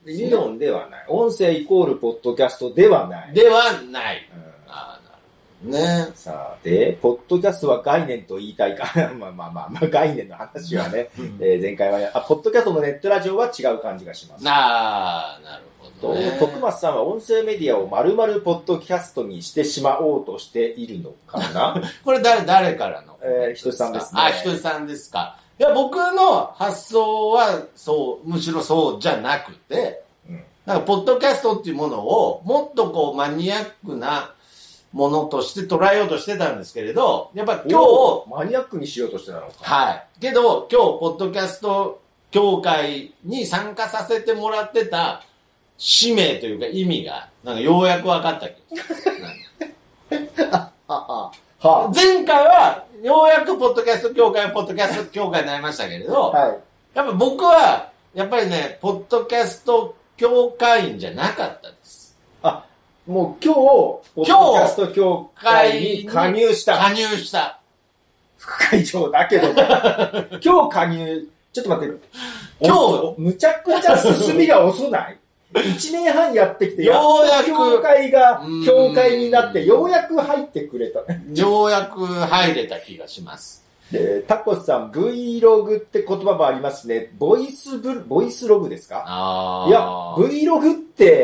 ね。 理論ではない。音声イコールポッドキャストではない。 ではない。うん、あなるほどね。 さあ、で、ポッドキャストは概念と言いたいか。まあまあまあ、まあ、概念の話はね、えー、前回は、あ、ポッドキャストのネットラジオは違う感じがします。 ああ、なるほど、ね。 徳松さんは音声メディアを丸々ポッドキャストにしてしまおうとしているのかなこれ誰、誰からのえー、ひとしさんですね。 あ、ひとしさんですか。いや、僕の発想は、そう、むしろそうじゃなくて、うん、なんか、ポッドキャストっていうものを、もっとこう、マニアックなものとして捉えようとしてたんですけれど、やっぱ今日、 マニアックにしようとしてたのか。 はい。けど、今日、ポッドキャスト協会に参加させてもらってた使命というか意味が、なんかようやく分かった気がする。あああ前回は、ようやくポッドキャスト協会はポッドキャスト協会になりましたけれど、はい、やっぱ僕は、やっぱりね、ポッドキャスト協会員じゃなかったです。 あ、もう今日、ポッドキャスト協会に加入した。 加入した。 副会長だけど、今日加入、ちょっと待って、今日、むちゃくちゃ進みが遅ない一年半やってきて、 ようやく、 協会が、協会になって、ようやく入ってくれた。 ようやく入れた気がします。 で、タコスさん、Vlog って言葉もありますね。ボイスブ、ボイスログですか？ あいや、Vlog って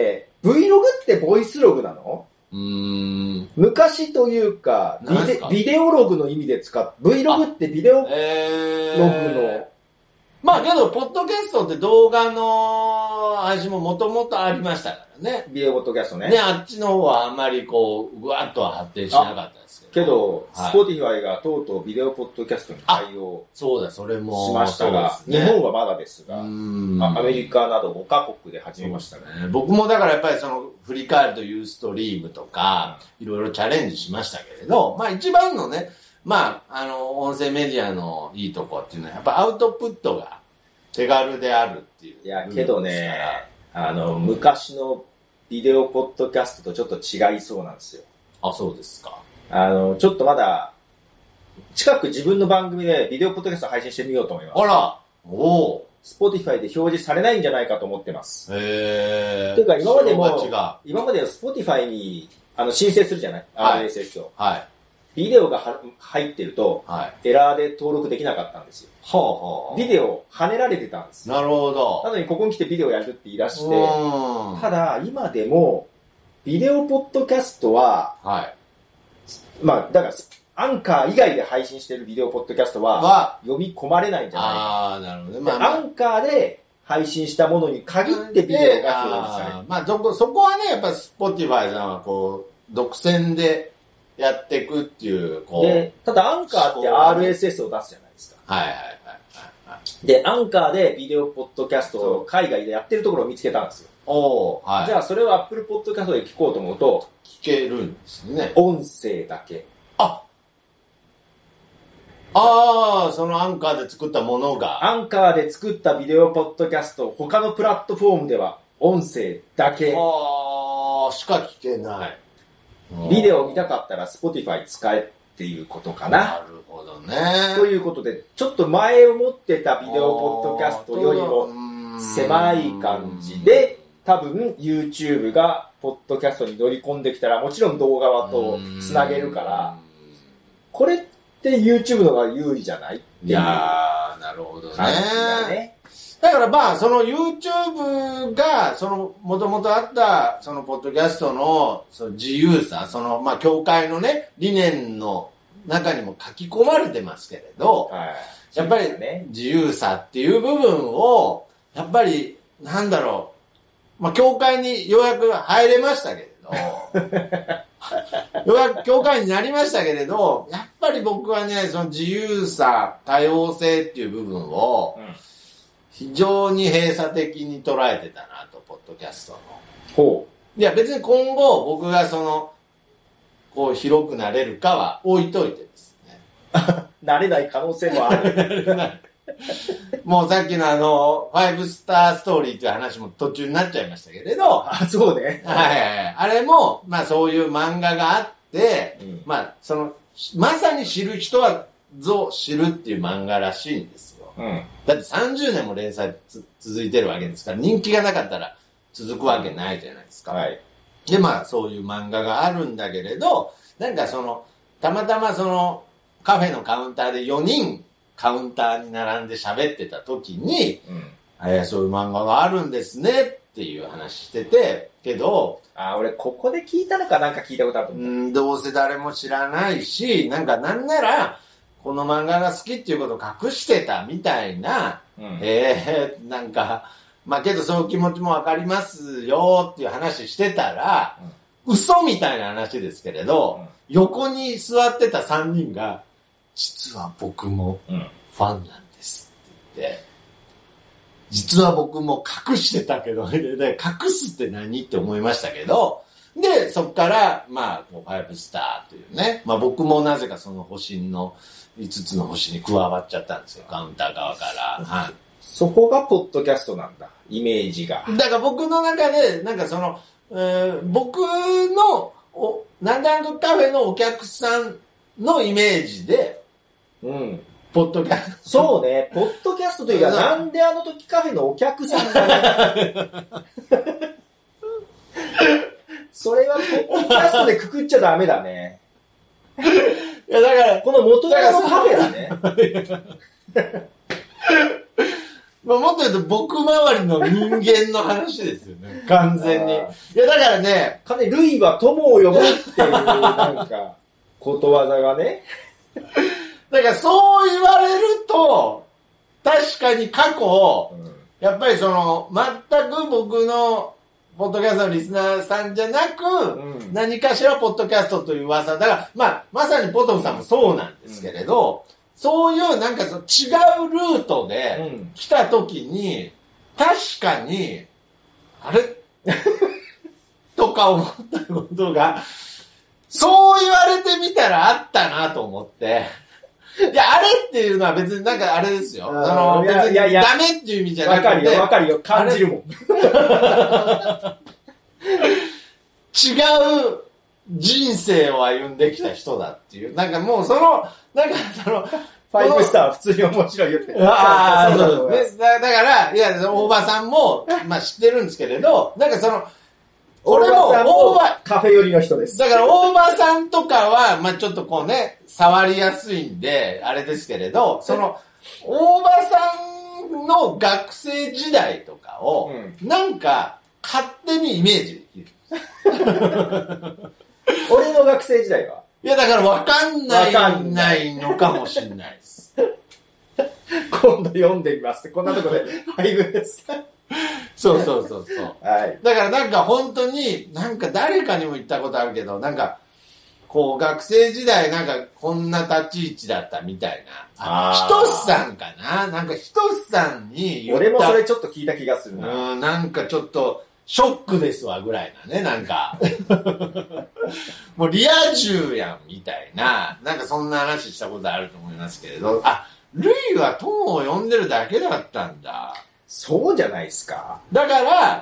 、Vlog ってボイスログなの？ うーん。 昔というか、ビデ、ビデオログの意味で使っ、Vlog ってビデオログの、 えーまあけど、ポッドキャストって動画の配信ももともとありましたからね。 ビデオポッドキャストね。 ね、あっちの方はあんまりこう、ぐわっとは発展しなかったですけど。 けど、はい、Spotify がとうとうビデオポッドキャストに対応そうだ、それもしましたが、ね、日本はまだですが、 うんアメリカなどごカ国で始めましたね。 ね僕もだからやっぱりその、振り返るとユーストリームとか、いろいろチャレンジしましたけれど、まあ一番のね、まあ、あの、音声メディアのいいとこっていうのは、やっぱアウトプットが手軽であるっていう。 いや、けどね、あの、昔のビデオポッドキャストとちょっと違いそうなんですよ。 あ、そうですか。 あの、ちょっとまだ、近く自分の番組でビデオポッドキャスト配信してみようと思います。 あら、おー。 Spotify で表示されないんじゃないかと思ってます。 へー。 というか今までも、今までは Spotify にあの申請するじゃない、はい、アールエスエス を。 はい。 ビデオがは入ってると、はい、エラーで登録できなかったんですよ。 はあはあ、 ビデオ跳ねられてたんですよ。 なるほど。 なのにここに来てビデオやるって言い出して、ただ今でも、ビデオポッドキャストは、はい、まあ、だから、アンカー以外で配信してるビデオポッドキャストは、呼び込まれないんじゃないか。 ああ、なるほどね。まあまあ、 アンカーで配信したものに限ってビデオが表示される。 まあ、そこ、そこはね、やっぱ Spotify さんはこう、独占でやっていくっていう、こう。 で、ただアンカーって アールエスエス を出すじゃないですか。 はいはいはい、はい。 で、アンカーでビデオポッドキャストを海外でやってるところを見つけたんですよ。 おはい。 じゃあそれを Apple Podcast で聞こうと思うと、 聞けるんですね。 音声だけ。 あああ、そのアンカーで作ったものが。 アンカーで作ったビデオポッドキャスト、他のプラットフォームでは音声だけ。 ああ、しか聞けない。 ビデオ見たかったら Spotify 使えっていうことかな。 なるほどね。 ということで、ちょっと前を持ってたビデオポッドキャストよりも狭い感じで、多分 YouTube がポッドキャストに乗り込んできたら、もちろん動画はとつなげるから、これって YouTube の方が有利じゃないっていう。 いやー、なるほどね。 感じだね。 だからまあ、その YouTube が、その、もともとあった、その、ポッドキャストの、その自由さ、その、まあ、教会のね、理念の中にも書き込まれてますけれど、はい、やっぱり、自由さっていう部分を、やっぱり、なんだろう、まあ、教会にようやく入れましたけれど、ようやく教会になりましたけれど、やっぱり僕はね、その自由さ、多様性っていう部分を、うん非常に閉鎖的に捉えてたなと、ポッドキャストの。 ほう。いや、別に今後僕がその、こう広くなれるかは置いといてですね。 なれない可能性もある。 もうさっきのあの、ファイブスターストーリーっていう話も途中になっちゃいましたけれど。 あ、そうね。 はいはいはい。あれも、まあそういう漫画があって、うん、まあその、まさに知る人はぞ知るっていう漫画らしいんですよ。うん、だってさんじゅうねんも連載つ続いてるわけですから、人気がなかったら続くわけないじゃないですか。 はい。 で、まあ、そういう漫画があるんだけれど、なんかその、たまたまその、カフェのカウンターでよにんカウンターに並んで喋ってた時に、うん、えー、そういう漫画があるんですねっていう話してて、けど、 あ、俺ここで聞いたのかなんか聞いたことあると思う。 うん、どうせ誰も知らないし、なんかなんなら、この漫画が好きっていうことを隠してたみたいな、うん、えー、なんか、まあけどその気持ちもわかりますよっていう話してたら、うん、嘘みたいな話ですけれど、うん、横に座ってたさんにんが、実は僕もファンなんですって言って、実は僕も隠してたけど、隠すって何って思いましたけど、で、そっから、まあ、ファイブスターというね、まあ僕もなぜかその星のいつつの星に加わっちゃったんですよ、カウンター側から。はい。 そこがポッドキャストなんだ、イメージが。 だから僕の中で、なんかその、えー、僕の、おなんであのカフェのお客さんのイメージで、 うん。 ポッドキャスト。 そうね。ポッドキャストというか、なんであの時カフェのお客さんがね。それはポッドキャストでくくっちゃダメだね。 いや、だから、 この元々のカフェだね。 まあ、もっと言うと僕周りの人間の話ですよね。完全に。いや、だからね。 かね、ルイは友を呼ぶっていう、なんか、ことわざがね。 だからそう言われると、確かに過去、うん、やっぱりその、全く僕の、ポッドキャストのリスナーさんじゃなく、うん、何かしらポッドキャストという噂。だから、まあ、まさにポトフさんもそうなんですけれど、うん、そういうなんかその違うルートで来た時に、確かに、あれとか思ったことが、そう言われてみたらあったなと思って。いや、あれっていうのは別になんかあれですよ。その、別にダメっていう意味じゃなくて。 わかるよ、わかるよ、感じるもん。 違う人生を歩んできた人だっていう。なんかもうその、なんかその、 ファイブスター普通に面白いよって。 ああ、そうですね。だから、いや、大場さんも、まあ知ってるんですけれど、なんかその、 俺も大場カフェ寄りの人です。 だから大場さんとかは、まあちょっとこうね、触りやすいんで、あれですけれど、その、大場さんの学生時代とかを、うん、なんか、勝手にイメージできる。 俺の学生時代はいや、だから分かんない、ないのかもしれないです。 今度読んでみます。こんなとこで、ファイブです。 そうそうそうそう。 はい。 だからなんか本当に、なんか誰かにも言ったことあるけど、なんか、こう学生時代なんかこんな立ち位置だったみたいな。あ、ひとしさんかななんかひとしさんに言った。俺もそれちょっと聞いた気がするな。 うん、なんかちょっと、ショックですわぐらいなね、なんか。もうリア充やんみたいな、なんかそんな話したことあると思いますけれど、あ、ルイは友を呼んでるだけだったんだ。 そうじゃないですか。 だから、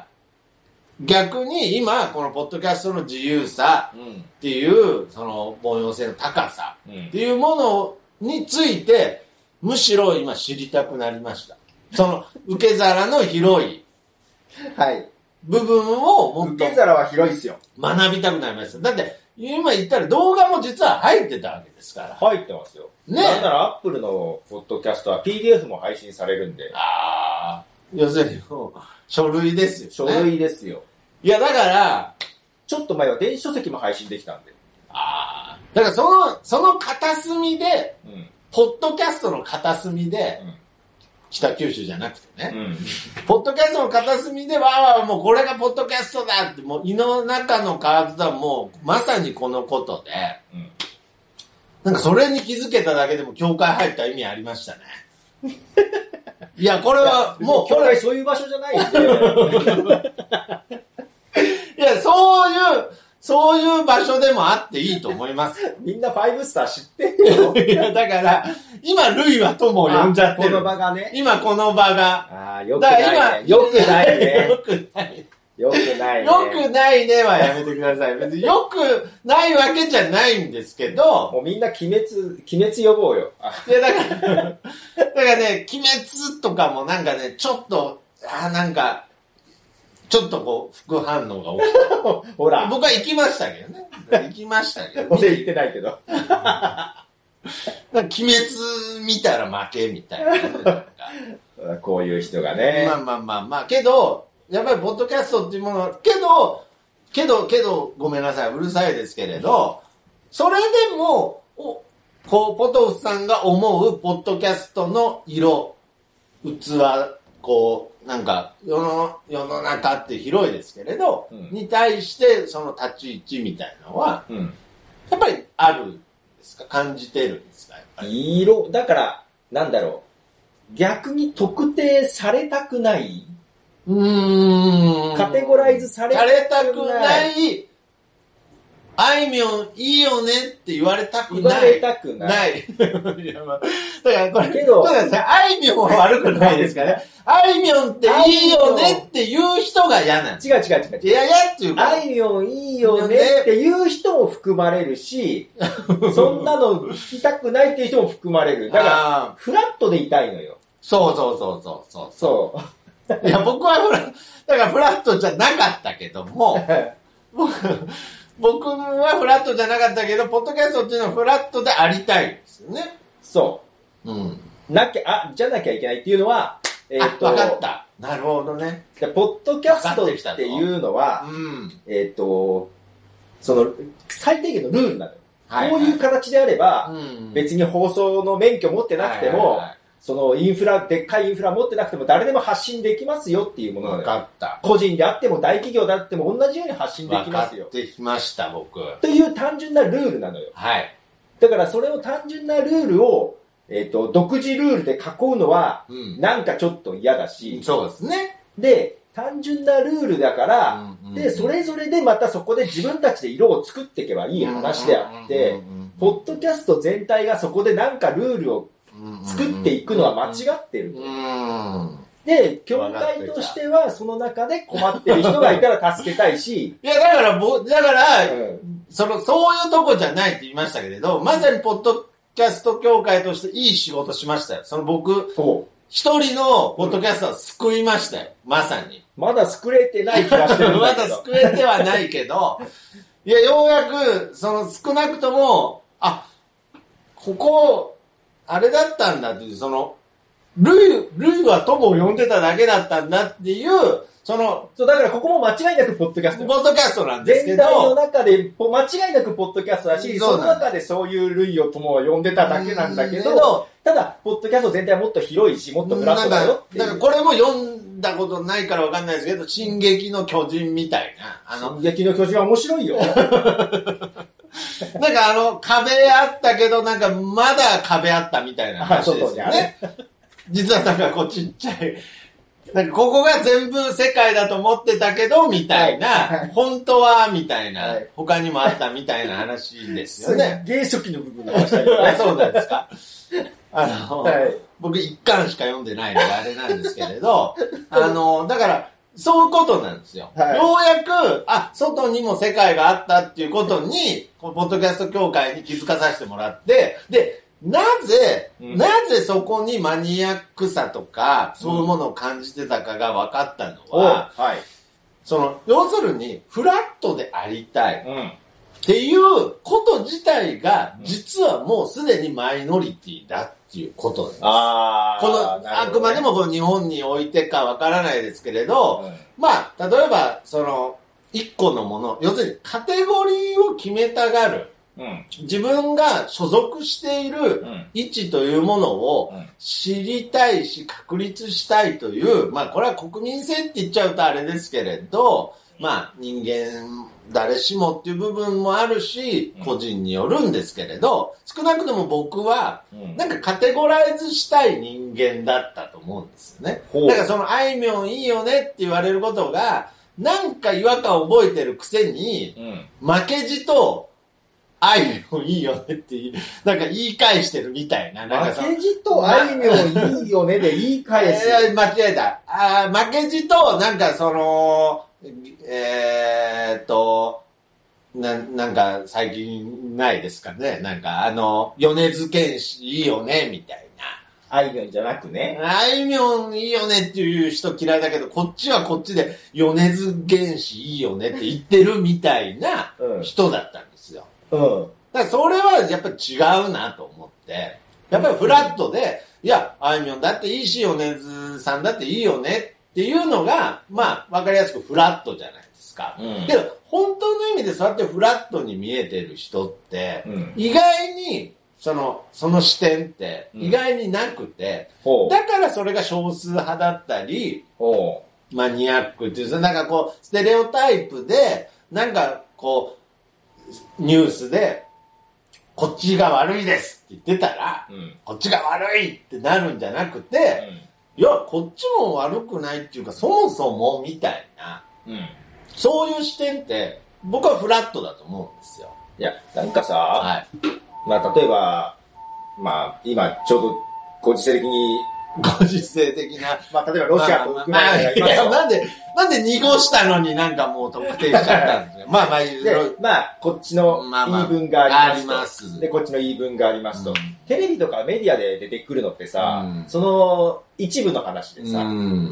逆に今、このポッドキャストの自由さっていう、うん、その、凡庸性の高さっていうものについて、むしろ今知りたくなりました。その、受け皿の広い。 はい。 部分をもっと。 受け皿は広いっすよ。 学びたくなりました。だって、今言ったら動画も実は入ってたわけですから。 入ってますよ。ね。なんならアップルのポッドキャストは ピーディーエフ も配信されるんで。 ああ。要するにもう、書類ですよ、 ね。書類ですよ。 いや、だから、 ちょっと前は電子書籍も配信できたんで。 ああ。だからその、その片隅で、うん、ポッドキャストの片隅で、うん、北九州じゃなくてね、うん、ポッドキャストの片隅で、わーわーもうこれがポッドキャストだって、もう胃の中の蛙はもう、まさにこのことで、うん、なんかそれに気づけただけでも教会入った意味ありましたね。いや、これは、もう、 教会そういう場所じゃないんで。 いや、そういう、そういう場所でもあっていいと思います。 みんなファイブスター知ってるよ。 いや、だから、今、ルイは友を呼んじゃってる。 この場がね。 今、この場が。 ああ、よくないね。よくないね。 よくない。 よくないね。 よくないねはやめてください。別によくないわけじゃないんですけど。 もうみんな鬼滅、鬼滅呼ぼうよ。 いや、だから、だからね、鬼滅とかもなんかね、ちょっと、あなんか、 ちょっとこう、副反応が起きた。 ほら。 僕は行きましたけどね。行きましたけど。 俺行ってないけど。 鬼滅見たら負けみたいな。 こういう人がね。 まあまあまあまあ、けど、やっぱりポッドキャストっていうものは、けど、けど、けど、ごめんなさい、うるさいですけれど、それでも、おこう、ポトフさんが思うポッドキャストの色、器、こう、なんか、世の、世の中って広いですけれど、うん、に対して、その立ち位置みたいなのは、うん、やっぱりあるんですか？感じてるんですか？やっぱり。 色、だから、なんだろう。逆に特定されたくない、 うーん、 カテゴライズされたくない。 あいみょんいいよねって言われたくない。 言われたくない。 ない。いや、まあ、だからこれ、けど、あいみょんは悪くないですからね。あいみょんっていいよねって言う人が嫌なんです。 違う違う違う。 いやいやっていうか。 あいみょんいいよねっていう人も含まれるし、そんなの聞きたくないっていう人も含まれる。だから、フラットでいたいのよ。 そうそうそうそうそう。 そう。 いや、僕はフラット、だからフラットじゃなかったけども、僕、僕はフラットじゃなかったけど、ポッドキャストっていうのはフラットでありたいですよね。 そう。 うん。 なきゃ、あ、じゃなきゃいけないっていうのは、 えっと。わかった。なるほどね。 ポッドキャストっていうのは、うん、えっと、その、最低限のルールなのよ。はいはい、こういう形であれば、うん、別に放送の免許持ってなくても、はいはいはい、そのインフラ、でっかいインフラ持ってなくても誰でも発信できますよっていうものなのよ。 わかった。 個人であっても大企業であっても同じように発信できますよ。 わかってきました、僕。 という単純なルールなのよ。 はい。 だからそれを単純なルールを、えっと、独自ルールで囲うのは、うん、なんかちょっと嫌だし。 そうですね。 で、単純なルールだから、うんうんうん、で、それぞれでまたそこで自分たちで色を作っていけばいい話であって、ポッドキャスト全体がそこでなんかルールを作っていくのは間違ってる。で、協会としてはその中で困ってる人がいたら助けたいし。 いや、だからぼ、だから、うん、その、そういうとこじゃないって言いましたけれど、まさにポッドキャスト協会としていい仕事しましたよ。その僕、一人のポッドキャストを救いましたよ。まさに。 まだ救れてない気がしてるんだけど。 まだ救えてはないけど、いや、ようやく、その少なくとも、あ、ここ、あれだったんだっていう、その、ルイ、ルイは友を呼んでただけだったんだっていう、その、 そう、だからここも間違いなくポッドキャスト。 ポッドキャストなんですけど。 全体の中で、間違いなくポッドキャストだし、その中でそういうルイを友を呼んでただけなんだけど、ただ、ポッドキャスト全体はもっと広いし、もっとフラットだよっていう。 だからこれも読んだことないからわかんないですけど、進撃の巨人みたいな。 あの、進撃の巨人は面白いよ。 なんかあの、壁あったけど、なんかまだ壁あったみたいな話ですよね。実はなんかこうちっちゃい、なんかここが全部世界だと思ってたけど、みたいな、はい、本当は、みたいな、はい、他にもあったみたいな話ですよね。 すげえ初期の部分がましたよね。 そうなんですか。あの、はい、僕一巻しか読んでないのであれなんですけれど、あの、だから、そういうことなんですよ。はい、ようやく、あ、外にも世界があったっていうことに、ポッドキャスト協会に気づかさせてもらって、で、なぜ、うん、なぜそこにマニアックさとか、そういうものを感じてたかが分かったのは、うん、はい、その、要するに、フラットでありたい。うんっていうこと自体が、実はもうすでにマイノリティだっていうことなんです。あこの、ね、あくまでもこの日本においてかわからないですけれど、うん、まあ、例えば、その、一個のもの、要するにカテゴリーを決めたがる。うん、自分が所属している位置というものを知りたいし確立したいという、まあこれは国民性って言っちゃうとあれですけれど、まあ人間誰しもっていう部分もあるし、個人によるんですけれど、少なくとも僕はなんかカテゴライズしたい人間だったと思うんですよね。だからそのあいみょんいいよねって言われることが、なんか違和感を覚えてるくせに、負けじとあいみょんいいよねっていう、なんか言い返してるみたいな。なんか負けじとあいみょんいいよねで言い返す。 えー、間違えた。あ負けじと、なんかその、えーっと、な、なんか最近ないですかね。なんかあの、米津玄師いいよねみたいな。 あいみょんじゃなくね。 あいみょんいいよねっていう人嫌いだけど、こっちはこっちで米津玄師いいよねって言ってるみたいな人だったんですよ。 うん。 だからそれはやっぱり違うなと思って、やっぱりフラットで、いや、あいみょんだっていいし、米津さんだっていいよねっていうのが、まあ、わかりやすくフラットじゃないですか。うん、けど、本当の意味でそうやってフラットに見えてる人って、うん、意外に、その、その視点って意外になくて、うん、だからそれが少数派だったり、マニアックっていう、なんかこう、ステレオタイプで、なんかこう、ニュースで、こっちが悪いですって言ってたら、うん、こっちが悪いってなるんじゃなくて、うん、いや、こっちも悪くないっていうか、そもそもみたいな、うん、そういう視点って僕はフラットだと思うんですよ。 いや、なんかさ、はい、まあ例えば、まあ今ちょうどご時世的に、 ご時世的な。 まあ例えばロシアとウクライナがいますよ。 なんで、なんで濁したのになんかもう特定しちゃったんですよ。まあまあ、 で、まあこっちの言い分がありますと。で、こっちの言い分がありますと。うん、テレビとかメディアで出てくるのってさ、うん、その一部の話でさ、うん、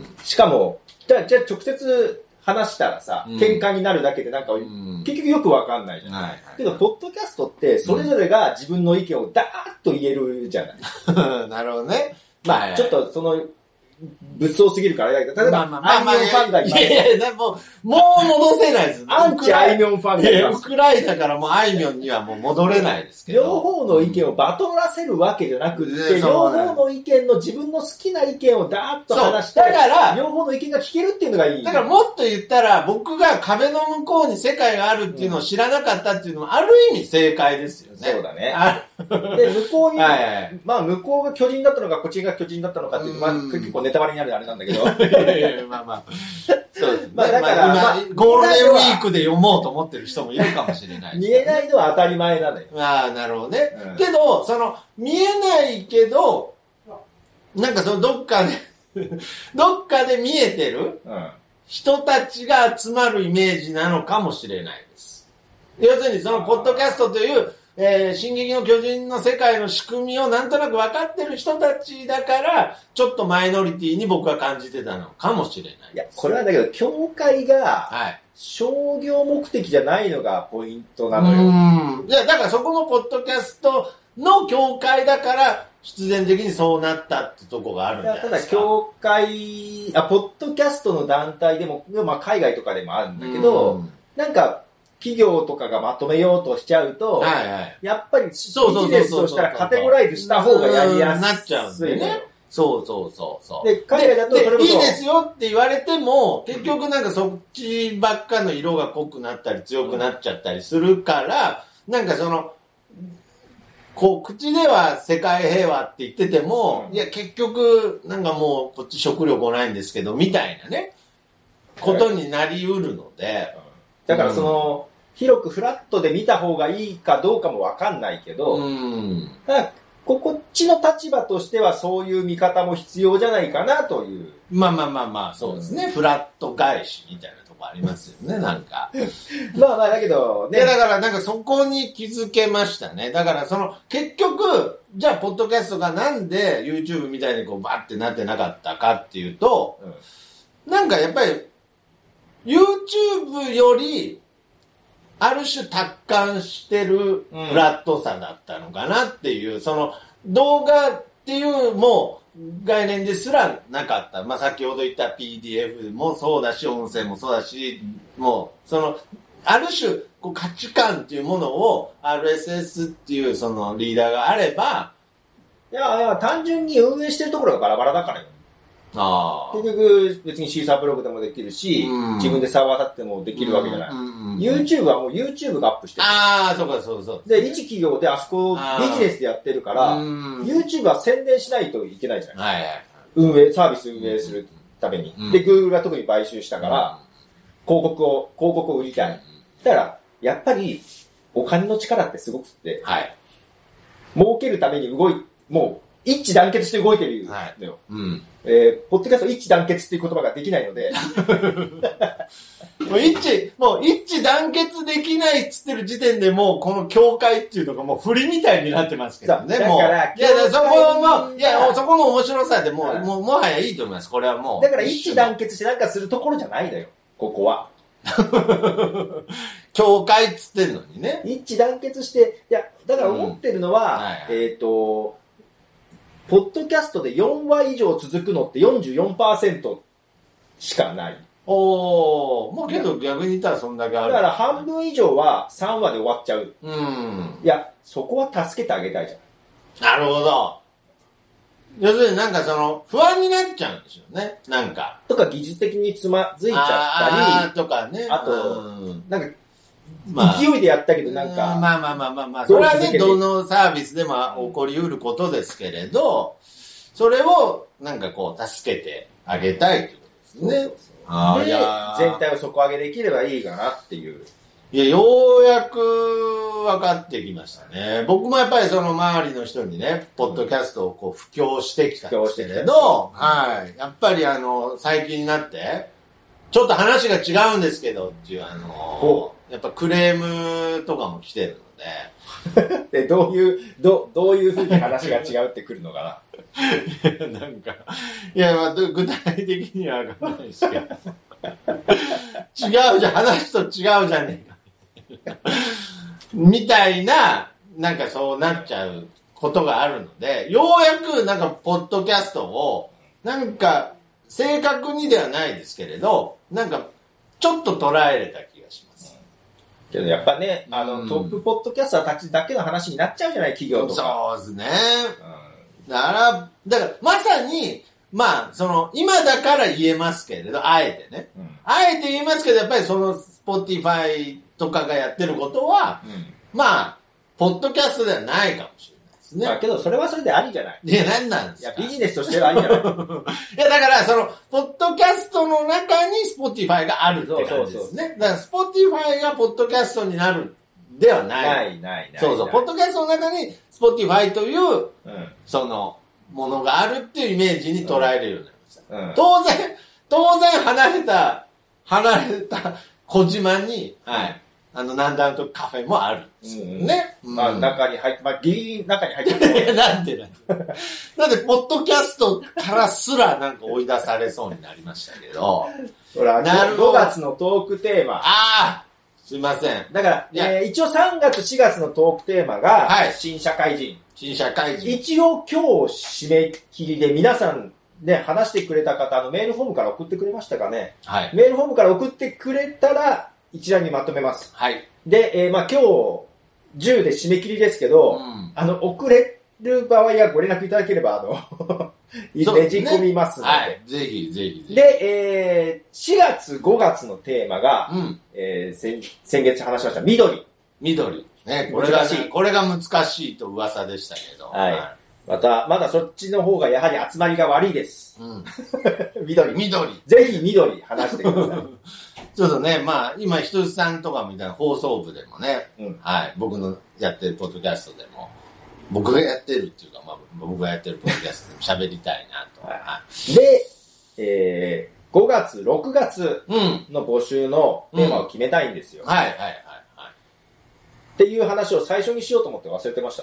しかも、じゃあ、じゃあ直接話したらさ、喧嘩になるだけでなんか、うん、結局よくわかんないじゃない、はいはい、けど、ポッドキャストってそれぞれが自分の意見をダーッと言えるじゃない。 なるほどね。 まあ、ちょっとその、物騒すぎるからあれだけど、例えば、あいみょんファンがいます。 いやいや、もう、もう戻せないです。 アンチあいみょんファンがいます。 ウクライナからもうあいみょんにはもう戻れないですけど。 両方の意見をバトらせるわけじゃなくて、両方の意見の自分の好きな意見をダーッと話して、だから、両方の意見が聞けるっていうのがいい。 だからもっと言ったら、僕が壁の向こうに世界があるっていうのを知らなかったっていうのも、ある意味正解ですよね。 そうだね。で、向こうに、はいはい、まあ向こうが巨人だったのか、こっちが巨人だったのかっていう、まあ結構ネタバレになるあれなんだけど。いやいやいやまあまあ。そうですね。まあだから、まあ、 ゴールデンウィークで読もうと思ってる人もいるかもしれない、 ね。見えないのは当たり前なのよ。 ああ、なるほどね。うん、けど、その、見えないけど、なんかそのどっかで、どっかで見えてる人たちが集まるイメージなのかもしれないです。要するにその、ポッドキャストという、えー、進撃の巨人の世界の仕組みをなんとなく分かってる人たちだから、ちょっとマイノリティに僕は感じてたのかもしれない。 いや、これはだけど、教会が、商業目的じゃないのがポイントなのよ。 うん。いや、だからそこのポッドキャストの教会だから、必然的にそうなったってとこがあるんじゃないですか。 ただ、教会、あ、ポッドキャストの団体でも、まあ海外とかでもあるんだけど、なんか、企業とかがまとめようとしちゃうと、はいはい、やっぱりビジネスとしたらカテゴライズした方がやりやすい。 なっちゃうんでね。そうそうそうそう。 で、海外だとそれこそ。 いいですよって言われても、結局なんかそっちばっかの色が濃くなったり強くなっちゃったりするから、うん、なんかその、こう、口では世界平和って言ってても、うん、いや結局なんかもうこっち食料来ないんですけど、みたいなね、ことになりうるので。 だからその、うん広くフラットで見た方がいいかどうかもわかんないけど、うん、ただここっちの立場としてはそういう見方も必要じゃないかなという。 まあまあまあまあ、そうですね。うん、フラット返しみたいなとこありますよね、なんか。 まあまあだけどね。だからなんかそこに気づけましたね。だからその結局、じゃあポッドキャストがなんで YouTube みたいにこうバッてなってなかったかっていうと、うん、なんかやっぱり YouTube よりある種達観してるフラットさだったのかなっていう、うん、その動画っていうもう概念ですらなかった。まあ先ほど言った ピーディーエフ もそうだし、音声もそうだし、もうそのある種こう価値観っていうものを アールエスエス っていうそのリーダーがあれば、 いやいや単純に運営してるところがバラバラだからよ。あ結局別にシーサーブログでもできるし、うん、自分でサーバー立ってもできるわけじゃない。うんうんうん、YouTube はもう YouTube がアップしてる。 ああ、そうかそうそう。 で、一企業であそこビジネスでやってるから、YouTube は宣伝しないといけないじゃない、はいはい、運営、サービス運営するために。うん、で、Google が特に買収したから、広告を、広告を売りたい。だから、やっぱりお金の力ってすごくって、はい、儲けるために動い、もう一致団結して動いてるのよ。はいうんえー、ポッドキャスト一致団結っていう言葉ができないので。 もう一致、もう一致団結できないっつってる時点でもうこの境界っていうのがもう振りみたいになってますけどね、もう。だから、いや、そこも、いや、そこの面白さでもう、もう、もはやいいと思います、これはもう。 だから一致団結してなんかするところじゃないのよ、ここは。 境界っつってんのにね。 一致団結して、いや、だから思ってるのは、うんはいはい、えっ、ー、と、ポッドキャストでよんわ以上続くのって よんじゅうよんパーセント しかない。 おー、もうけど逆に言ったらそんだけある。 だから半分以上はさんわで終わっちゃう。 うん。 いや、そこは助けてあげたいじゃん。なるほど。要するになんかその、不安になっちゃうんですよね。なんか。 とか技術的につまずいちゃったり。 あとかね。 あと、なんか、まあ、勢いでやったけどなんか。 まあまあまあまあまあ、それはね、どのサービスでも起こりうることですけれど、それをなんかこう、助けてあげたいということですね。そうそうそうあで、全体を底上げできればいいかなっていう。 いや、ようやく分かってきましたね。僕もやっぱりその周りの人にね、ポッドキャストをこう布教してきたんですけれど、はい。やっぱりあの、最近になって、ちょっと話が違うんですけどっていうあの、やっぱクレームとかも来てるので。で、どういう、ど、どういうふうに話が違うってくるのかな。 いや、なんか、いや、まあ、具体的にはわかんないですけど。違うじゃん、話と違うじゃねえか。みたいな、なんかそうなっちゃうことがあるので、ようやくなんか、ポッドキャストを、なんか、正確にではないですけれど、なんか、ちょっと捉えれた気がします。 けどやっぱね、あの、うん、トップポッドキャスターたちだけの話になっちゃうじゃない、企業とか。 そうですね。うん、だから、だから、まさに、まあ、その、今だから言えますけれど、あえてね。うん、あえて言いますけど、やっぱりその、Spotify とかがやってることは、うん、まあ、ポッドキャストではないかもしれないですね。 まあ、けど、それはそれでありじゃない。 いや、なんなんですか。 いや、ビジネスとしてはありじゃない。いや、だから、その、ポッドキャストの中に Spotify があるって感じですね。そうそうそうだから、Spotify がポッドキャストになるではない。 ない、ない、ない。 そうそう、ポッドキャストの中に Spotify という、うん、その、ものがあるっていうイメージに捉えるようになりました。うん、当然、当然離れた、離れた小島に、はい。あの、なんだとカフェもあるんですよね。 うん、まあ、中に入って、まあ、ギリギリ中に入ってる。 なんでなんでなんで、ポッドキャストからすらなんか追い出されそうになりましたけど。 ほら、なるほど。ごがつのトークテーマ。 ああすいません。 だから、えー、一応さんがつしがつのトークテーマが、はい、新社会人。 新社会人。 一応今日締め切りで皆さんね、話してくれた方、あのメールフォームから送ってくれましたかね。はい。メールフォームから送ってくれたら、一覧にまとめます。はい。で、えー、まあ今日、じゅうで締め切りですけど、うん、あの、遅れる場合はご連絡いただければ、あの、ねじ込みますので。はい。 ぜひ、ぜひ、ぜひ。 で、えー、しがつ、ごがつのテーマが、うん、えー、先、先月話しました、緑。 緑。ね、これが、ね、これが難しいと噂でしたけど。 はい。はい、また、まだそっちの方がやはり集まりが悪いです。うん。緑。 緑。 ぜひ緑話してください。 ちょっとね、まあ、今、ひとしさんとかみたいな放送部でもね、うん、はい、僕のやってるポッドキャストでも、僕がやってるっていうか、まあ、僕がやってるポッドキャストでも喋りたいなと。はいはい、で、えー、ごがつ、ろくがつの募集のテーマを決めたいんですよ。 うん、はいはいはい。 っていう話を最初にしようと思って忘れてました。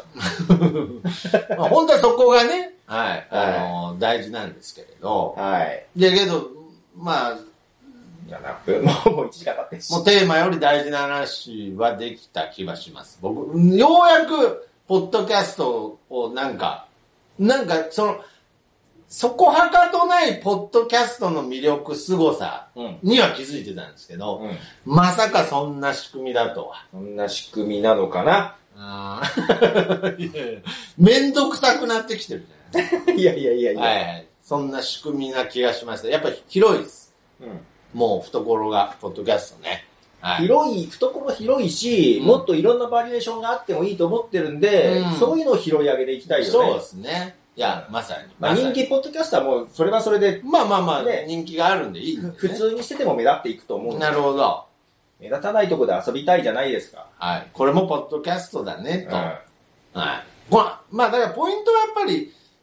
まあ、本当はそこがね、はい、あのー、大事なんですけれど。はい。だけど、まあ、 いやなく、もう、もういちじかん経ってし。 もうテーマより大事な話はできた気はします。僕、ようやく、ポッドキャストをなんか、なんか、その、そこはかとないポッドキャストの魅力、凄さには気づいてたんですけど、うん、まさかそんな仕組みだとは。 そんな仕組みなのかな。 あめんどくさくなってきてるじゃないいやいやいやいや、 はいはい。そんな仕組みな気がしました。やっぱり広いです。うん、もう懐が、ポッドキャストね。 はい、広い、懐広いし、うん、もっといろんなバリエーションがあってもいいと思ってるんで、うん、そういうのを拾い上げていきたいよね。 そうですね。いや、まさに。 まあ、人気ポッドキャスターも、それはそれで。 まあまあまあ、ね、人気があるんでいい、ね。 普通にしてても目立っていくと思うんで。 なるほど。 目立たないとこで遊びたいじゃないですか。 はい。これもポッドキャストだね、と。うん、はい。まあ、まあ、だからポイントはやっぱり、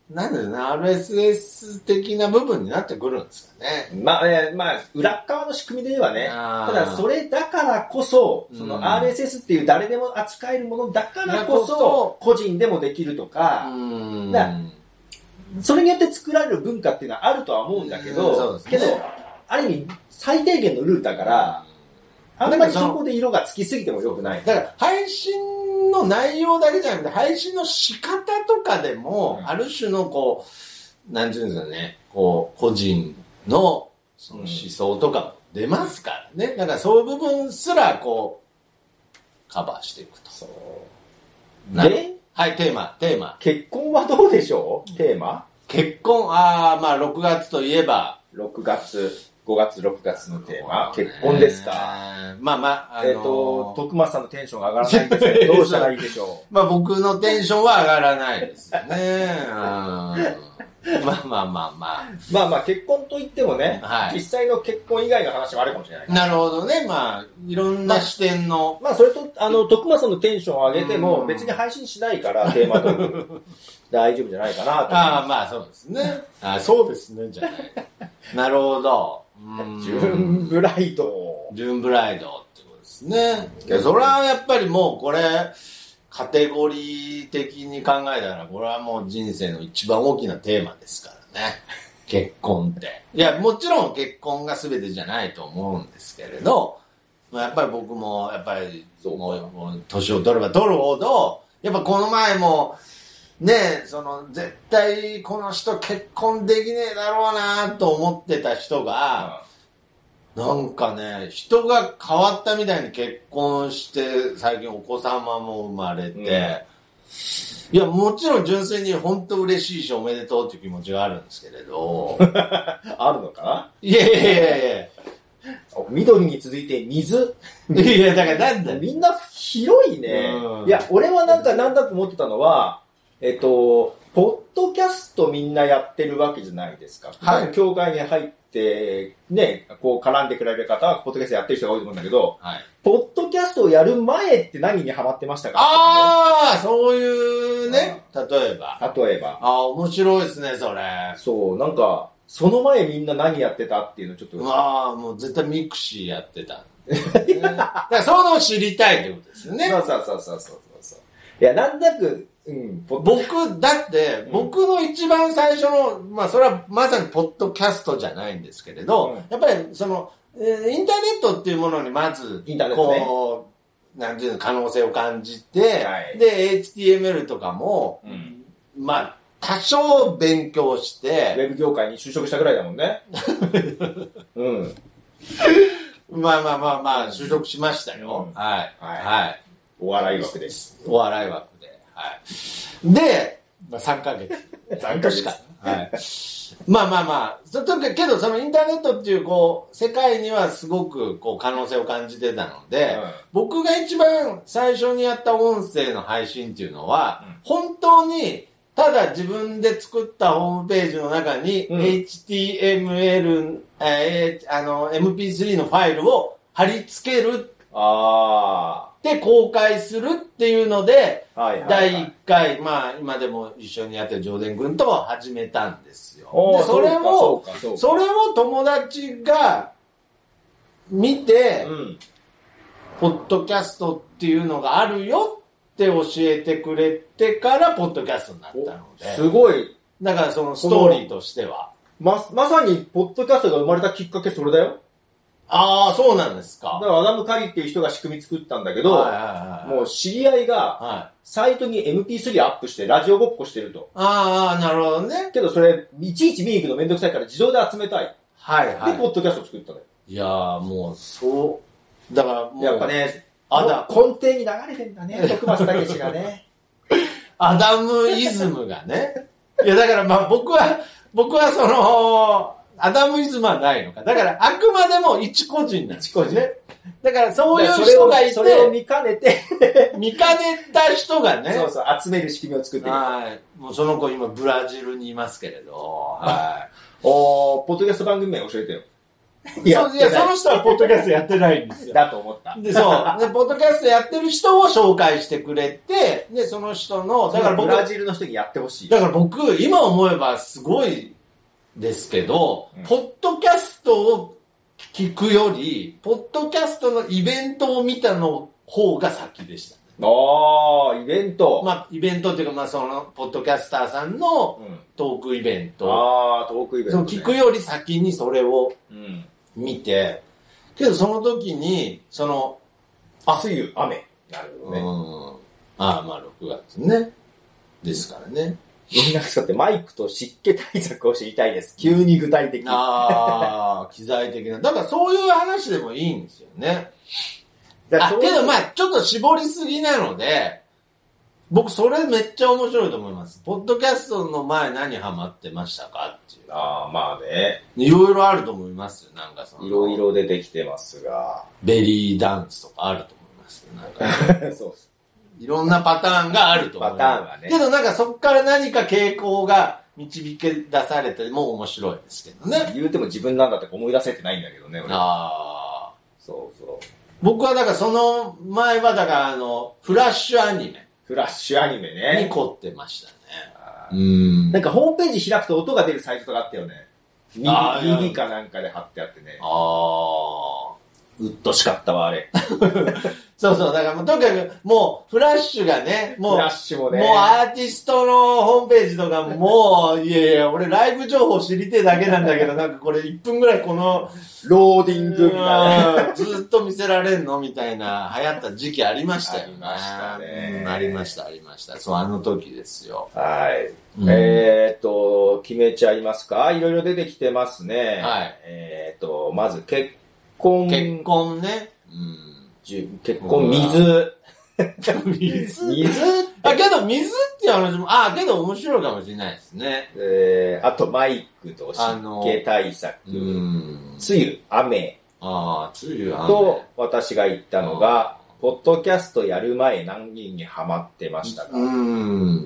なんだろうね、アールエスエス 的な部分になってくるんですかね。 まあ、えー、まあ、裏側の仕組みではね、ただそれだからこそ、その アールエスエス っていう誰でも扱えるものだからこそ、個人でもできるとか、うんだそれによって作られる文化っていうのはあるとは思うんだけど、そうですね、けど、ある意味、最低限のルールだから、あんまりそこで色がつきすぎてもよくない。 だから、配信の内容だけじゃなくて、配信の仕方とかでも、うん、ある種のこう、なんていうんですかね、こう、個人のその思想とかも出ますからね。だからそういう部分すら、こう、カバーしていくと。そうで、はい、テーマ、テーマ。 結婚はどうでしょう？テーマ？ 結婚、ああ、まあろくがつといえば。 ろくがつ、ごがつ、ろくがつのテーマ、結婚ですか？ まあまあ、あのー、 えっ、ー、と、徳松さんのテンションが上がらないんですけど、どうしたらいいでしょう？まあ僕のテンションは上がらないですよね。まあまあまあまあ。 まあまあ結婚といってもね、はい、実際の結婚以外の話もあるかもしれない。 なるほどね。まあ、いろんな視点の。 まあ、まあ、それと、あの、徳間さんのテンションを上げても、別に配信しないから、テーマと。大丈夫じゃないかなと。 ああ、まあそうですね。ああ、そうですね、じゃない。なるほど。 ジューンブライド。 ジューンブライドってことですね。いや、それはやっぱりもうこれ、カテゴリー的に考えたら、これはもう人生の一番大きなテーマですからね。結婚って。いや、もちろん結婚が全てじゃないと思うんですけれど、やっぱり僕も、やっぱり、もう、もう年を取れば取るほど、やっぱこの前も、ねえ、その、絶対この人結婚できねえだろうなと思ってた人が、なんかね、人が変わったみたいに結婚して、最近お子様も生まれて、うん、いや、もちろん純粋に本当嬉しいしおめでとうっていう気持ちがあるんですけれど。 あるのかな？ いやいやいやいや。 緑に続いて水。 いや、だからなんだみんな広いね。うん、いや、俺はなんかなんだと思ってたのは、えっと、ポッドキャストみんなやってるわけじゃないですか。はい。教会に入って、ね、こう絡んでくれる方は、ポッドキャストやってる人が多いと思うんだけど、はい。ポッドキャストをやる前って何にハマってましたか？ ああ、そういうね、例えば。 例えば。 ああ、面白いですね、それ。 そう、なんか、その前みんな何やってたっていうのちょっと。 ああ、もう絶対ミクシーやってた。ね、だからそういうのを知りたいってことですよね。 そうそうそうそうそうそう。いや、なんとなく、うん、 僕、だって、うん、僕の一番最初の、まあそれはまさにポッドキャストじゃないんですけれど、うん、やっぱりその、えー、インターネットっていうものにまず、 インターネットね、 こう、なんていうの、可能性を感じて、はい、で、エイチティーエムエル とかも、うん、まあ、多少勉強して、 ウェブ業界に就職したぐらいだもんね。うん。 まあまあまあまあ、就職しましたよ。うん、はい。はい。はい。 お笑い枠です。 お笑い枠で。はい。で、まあ、さんかげつ。 さんかげつか。 はい。まあまあまあ、そとけどそのインターネットっていうこう、世界にはすごくこう可能性を感じてたので、うん、僕が一番最初にやった音声の配信っていうのは、うん、本当にただ自分で作ったホームページの中に、うん、エイチティーエムエル、えー、あの エムピースリー のファイルを貼り付ける。 ああ。 で、公開するっていうので、 はいはいはい、 だいいっかい、まあ、今でも一緒にやってる上田君と始めたんですよ。で、それを、それを友達が見て、うん、ポッドキャストっていうのがあるよって教えてくれてから、ポッドキャストになったので。 すごい。 だからそのストーリーとしては。 ま、まさに、ポッドキャストが生まれたきっかけそれだよ。 ああ、そうなんですか。 だからアダム・カリっていう人が仕組み作ったんだけど、はいはいはい、もう知り合いが、サイトに エムピースリー アップしてラジオごっこしてると。 ああ、なるほどね。 けどそれ、いちいち見に行くのめんどくさいから自動で集めたい。 はいはい。 で、ポッドキャスト作ったのよ。 いやー、もう、そう。だからもう。 やっぱね、あだ根底に流れてんだね、徳松武史がね。 アダムイズムがね。いや、だからまあ僕は、僕はその、アダムイズムはないのか。だから、あくまでも一個人なんです。 一個人ね。 だから、そういう人がいて、 それを見かねて、 見かねた人がね。 そうそう、集める仕組みを作ってる。 はい。もうその子今、ブラジルにいますけれど。はい。 おー、ポッドキャスト番組名教えてよ。 いや、いや、その人はポッドキャストやってないんですよ。 だと思った。 で、そう。で、ポッドキャストやってる人を紹介してくれて、で、その人の、 だからブラジルの人にやってほしい。 だから僕、今思えばすごいですけど、うん、ポッドキャストを聞くより、ポッドキャストのイベントを見たの方が先でした。 ああ、イベント。 まあ、イベントっていうか、まあ、その、ポッドキャスターさんのトークイベント。 うん、ああ、トークイベント、 ね。そう、聞くより先にそれを見て、うん、けどその時に、その、 あ、梅雨、雨。なるほどね。うん。 ああ、まあ、ろくがつね。ですからね。 みんな使ってマイクと湿気対策を知りたいです。急に具体的。 ああ、機材的な。だからそういう話でもいいんですよね。あ、けどまあ、ちょっと絞りすぎなので、僕それめっちゃ面白いと思います。ポッドキャストの前何ハマってましたかっていう。 ああ、まあね。 いろいろあると思いますよ、なんかその。 いろいろ出てきてますが。 ベリーダンスとかあると思いますよ、なんか。そうです。いろんなパターンがあると思う。 パターンはね。 けどなんかそっから何か傾向が導き出されても面白いですけどね。 言うても自分なんだって思い出せてないんだけどね、俺。 ああ。 そうそう。 僕はだからその前はだからあの、フラッシュアニメ。 フラッシュアニメね。 に凝ってましたね。 うん。なんかホームページ開くと音が出るサイトとかあったよね。ディーディー かなんかで貼ってあってね。 ああ。 うっとしかったわ、あれ。 そうそう。だからもうとにかく、もう、フラッシュがね、もう、 フラッシュもね。 もうアーティストのホームページとかもう、いやいや、俺ライブ情報知りてえだけなんだけど、なんかこれいっぷんぐらいこの、 ローディングみたいな。 ずっと見せられんのみたいな、流行った時期ありましたよね。 ありましたね、 うん。ありました、ありました。そう、あの時ですよ。 はい。うん、えっと、決めちゃいますか？いろいろ出てきてますね。 はい。 えっと、まず結婚。 結婚ね。うん結婚、水。 水水あ、けど水っていう話も、あ、けど面白いかもしれないですね。 えー、あとマイクと湿気対策。梅雨、雨。 ああ、梅雨、雨。 と、私が言ったのが、ポッドキャストやる前何人にハマってましたか？ うん。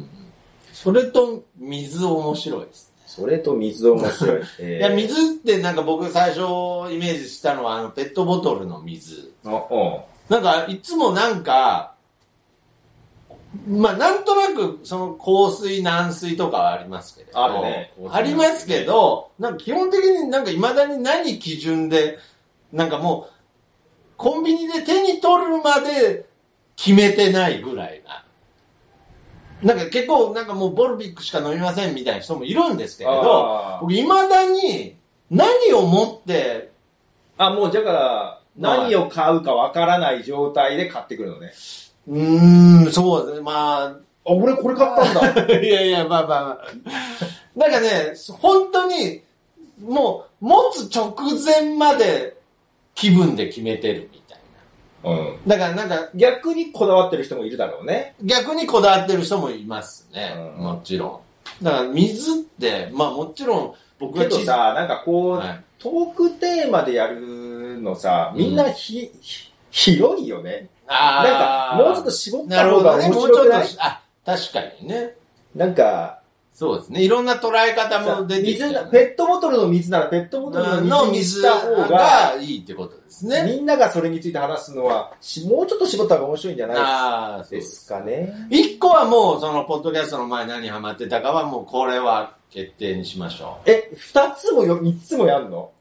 それと水面白いです。 それと水面白い。 えー、いや、水ってなんか僕最初イメージしたのは、あの、ペットボトルの水。 おおなんか、いつもなんか、まあ、なんとなく、その、硬水、軟水とかはありますけれど。 あるね。 ありますけど、なんか基本的になんか未だに何基準で、なんかもう、コンビニで手に取るまで決めてないぐらいな。なんか結構、なんかもうボルビックしか飲みませんみたいな人もいるんですけれど、僕未だに何をもって、 あ、もうだから、何を買うかわからない状態で買ってくるのね。 うーん、そうですね。まあ。あ、 俺これ買ったんだ。 いやいや、まあまあまあ。なんかね、本当に、もう、持つ直前まで気分で決めてるみたいな。うん。だからなんか、 逆にこだわってる人もいるだろうね。 逆にこだわってる人もいますね。うん、もちろん。だから水って、まあもちろん、僕はけどさ、なんかこう、はい、トークテーマでやるのさ、みんなひ、うん、広いよね。 あなんか、もうちょっと絞った方が面白くない？ ね、あ、確かにね。 なんか、 そうですね。いろんな捉え方も出てきて、ね。 水、ペットボトルの水ならペットボトルの水にした方がいいってことですね。 みんながそれについて話すのは、もうちょっと絞った方が面白いんじゃないですかね。 一個はもう、その、ポッドキャストの前何ハマってたかは、もうこれは決定にしましょう。 え、二つもよ、三つもやるの？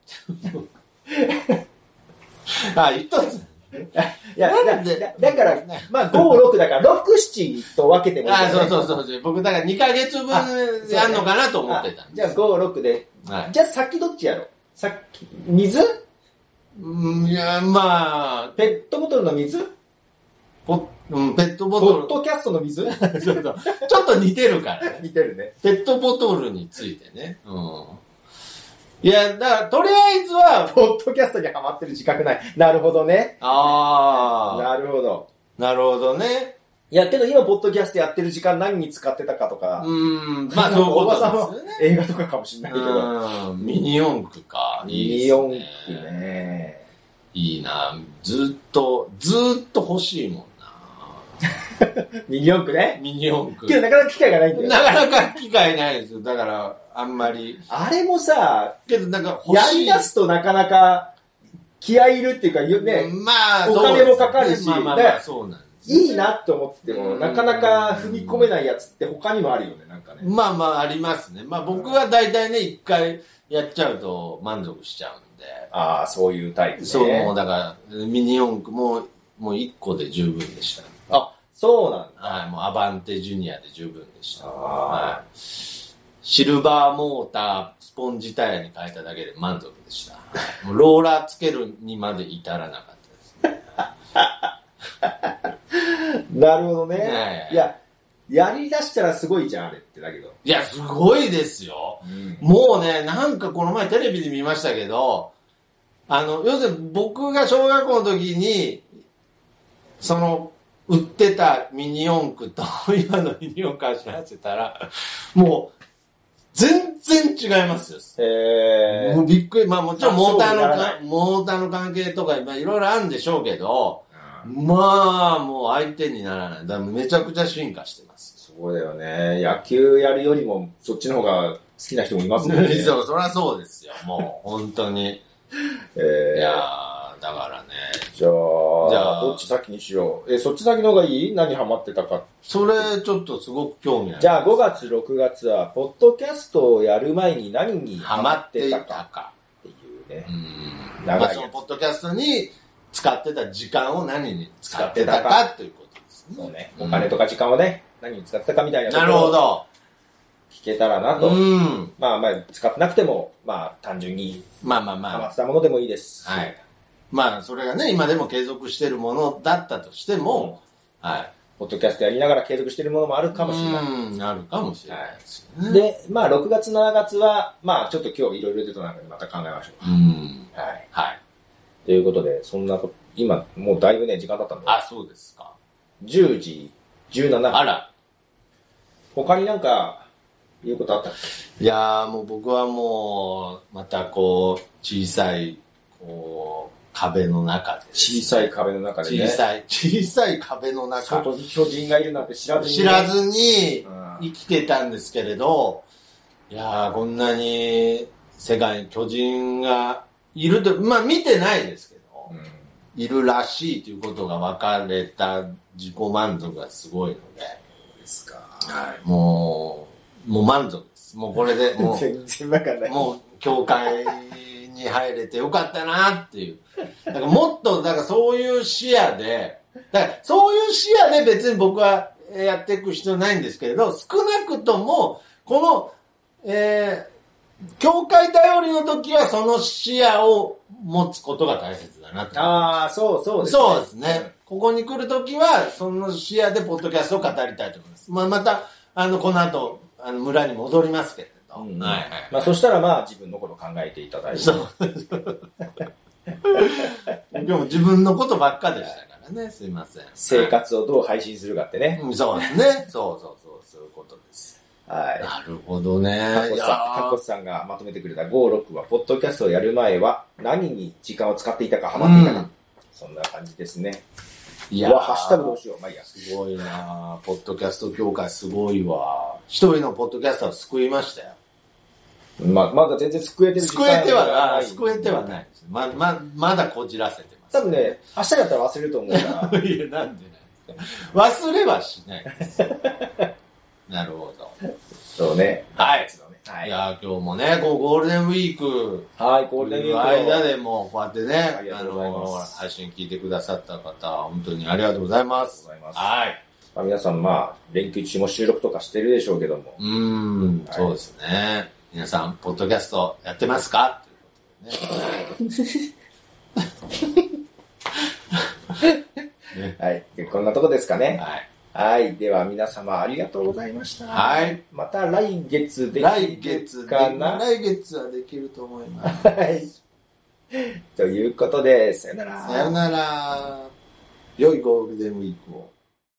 あ、一つ。 いや、だ, だ, だから、まあ、ご、ろくだから、ろく、ななと分けてもいい、ね。 あ、そうそうそう。僕、だからにかげつぶんやんのかなと思ってたんです。 じゃあ、ご、ろくで。はい、じゃあ、先どっちやろう？さっき、水？ うん、いや、まあ。 ペットボトルの水？ ポうん、ペットボトル。 ポッドキャストの水？ ちょっと、ちょっと似てるからね。 似てるね。 ペットボトルについてね。うん。いや、だから、とりあえずは、 ポッドキャストにハマってる自覚ない。なるほどね。 ああ。 なるほど。 なるほどね。 いや、けど今、ポッドキャストやってる時間何に使ってたかとか。 うーん。まあ、そういうことですね。 映画とかかもしれないけど。 うん。ミニ四駆か。 ミニ四駆ね。 いいな。ずっと、ずっと欲しいもんな。 ミニ四駆ね。 ミニ四駆。 けどなかなか機会がないんだよ。 なかなか機会ないですよ。だから、あんまり。 あれもさ、 けどなんか欲しい。 やり出すとなかなか気合いいるっていうか、ね、 まあ、 お金もかかるし、 まあまあまあ、そうなんです。 いいなと思っても、なかなか踏み込めないやつって他にもあるよね、なんかね。 まあまあ、ありますね。まあ僕は大体ね、一回やっちゃうと満足しちゃうんで。 ああ、そういうタイプね。 そう、もうだから、ミニ四駆も、もう一個で十分でした。 あ、そうなんだ。 はい、もうアバンテジュニアで十分でした。 はい、 シルバーモーター、スポンジタイヤに変えただけで満足でした。もうローラーつけるにまで至らなかったですね。なるほどね。はい、いや、やり出したらすごいじゃん、あれってだけど。 いや、すごいですよ。うん、もうね、なんかこの前テレビで見ましたけど、あの、要するに僕が小学校の時に、その、売ってたミニ四駆と今のミニ四駆走らせたら、もう、全然違いますよ。 へー。 もうびっくり。まあもちろんモーターのか、モーターの関係とか、まあいろいろあるんでしょうけど、まあもう相手にならない。だからめちゃくちゃ進化してます。 そうだよね。野球やるよりもそっちの方が好きな人もいますもんね。 そう、そりゃそうですよ。もう本当に。 えー、 いやー、だからね。 じゃあ、じゃあどっち先にしよう。え、そっち先の方がいい？何ハマってたか。 それちょっとすごく興味ある。 じゃあごがつ、ろくがつは、ポッドキャストをやる前に何にハマってたかっていうね。 うん。長いやつ。まあそのポッドキャストに使ってた時間を何に使ってたかっていうことですね。 そうね。お金とか時間をね、何に使ってたかみたいな。 なるほど。 聞けたらなと。 うん。 まあまあ、使ってなくても、まあ単純に。 まあまあまあ。 ハマってたものでもいいです。 はい。まあ、それがね、今でも継続しているものだったとしても、うん、はい。 ポッドキャストやりながら継続しているものもあるかもしれない。 うん、あるかもしれないですよね。 はい、で、まあ、ろくがつ、しちがつは、まあ、ちょっと今日いろいろ出た中でまた考えましょう。 うん。 はい。 はい。 ということで、そんなこと、今、もうだいぶね、時間経ったんで。 あ、そうですか。 じゅうじじゅうななふん。 あら。 他になんか、言うことあったっけ？いやー、もう僕はもう、またこう、小さい、こう、壁の中で、ね。 小さい壁の中でね。 小さい、小さい壁の中。 外に巨人がいるなんて知らずに、 ね。知らずに生きてたんですけれど、うん、いやー、こんなに世界に巨人がいると、まあ見てないですけど、うん、いるらしいということが分かれた自己満足がすごいので。 そうですか。 はい。もう、もう満足です。もうこれで、もう、 全然わかんない。 もう、教会に入れてよかったなっていう。だからもっと、だからそういう視野で、だからそういう視野で別に僕はやっていく必要ないんですけれど、少なくとも、この、えー、教会頼りの時はその視野を持つことが大切だなって。 ああ、そうそうですね。そうですね。ここに来る時は、その視野でポッドキャストを語りたいと思います。まあ、また、あの、この後、あの、村に戻りますけれど。 うん、はいはい。まあ、そしたらまあ、自分のことを考えていただいて。そう。 でも自分のことばっかでしたからね。すいません。 生活をどう配信するかってね。 うん、そうですね。そうそうそう、そういうことです。 はい。 なるほどね。 タコさん、タコさんがまとめてくれたご、ろくは、ポッドキャストをやる前は、何に時間を使っていたか、ハマっていたか。うん、そんな感じですね。いやー、ハッシュタグどうしよう。まあいいや。 すごいなポッドキャスト協会すごいわ。一人のポッドキャスターを救いましたよ。 ま、まだ全然救えてる時間救えてはない。救えてはないです。ま、ま、まだこじらせてます。 多分ね、明日だったら忘れると思うから。 いや、なんでない。忘れはしないです。なるほど。 そうね。 はい。はい、いや今日もね、こうゴールデンウィーク。 はい、ゴールデンウィーク。 間でも、こうやってね、あの、配信聞いてくださった方、本当にありがとうございます。 ありがとうございます。 はい。 まあ、皆さん、まあ、連休中も収録とかしてるでしょうけども。 うーん、はい、そうですね。皆さん、ポッドキャストやってますかということでね。 はい。こんなとこですかね。 はい。 はい。では皆様ありがとうございました。 はい。 また来月できるかな。 来月はできると思います。はい。 ということで、さよなら。 さよなら。良いゴールデンウィークを。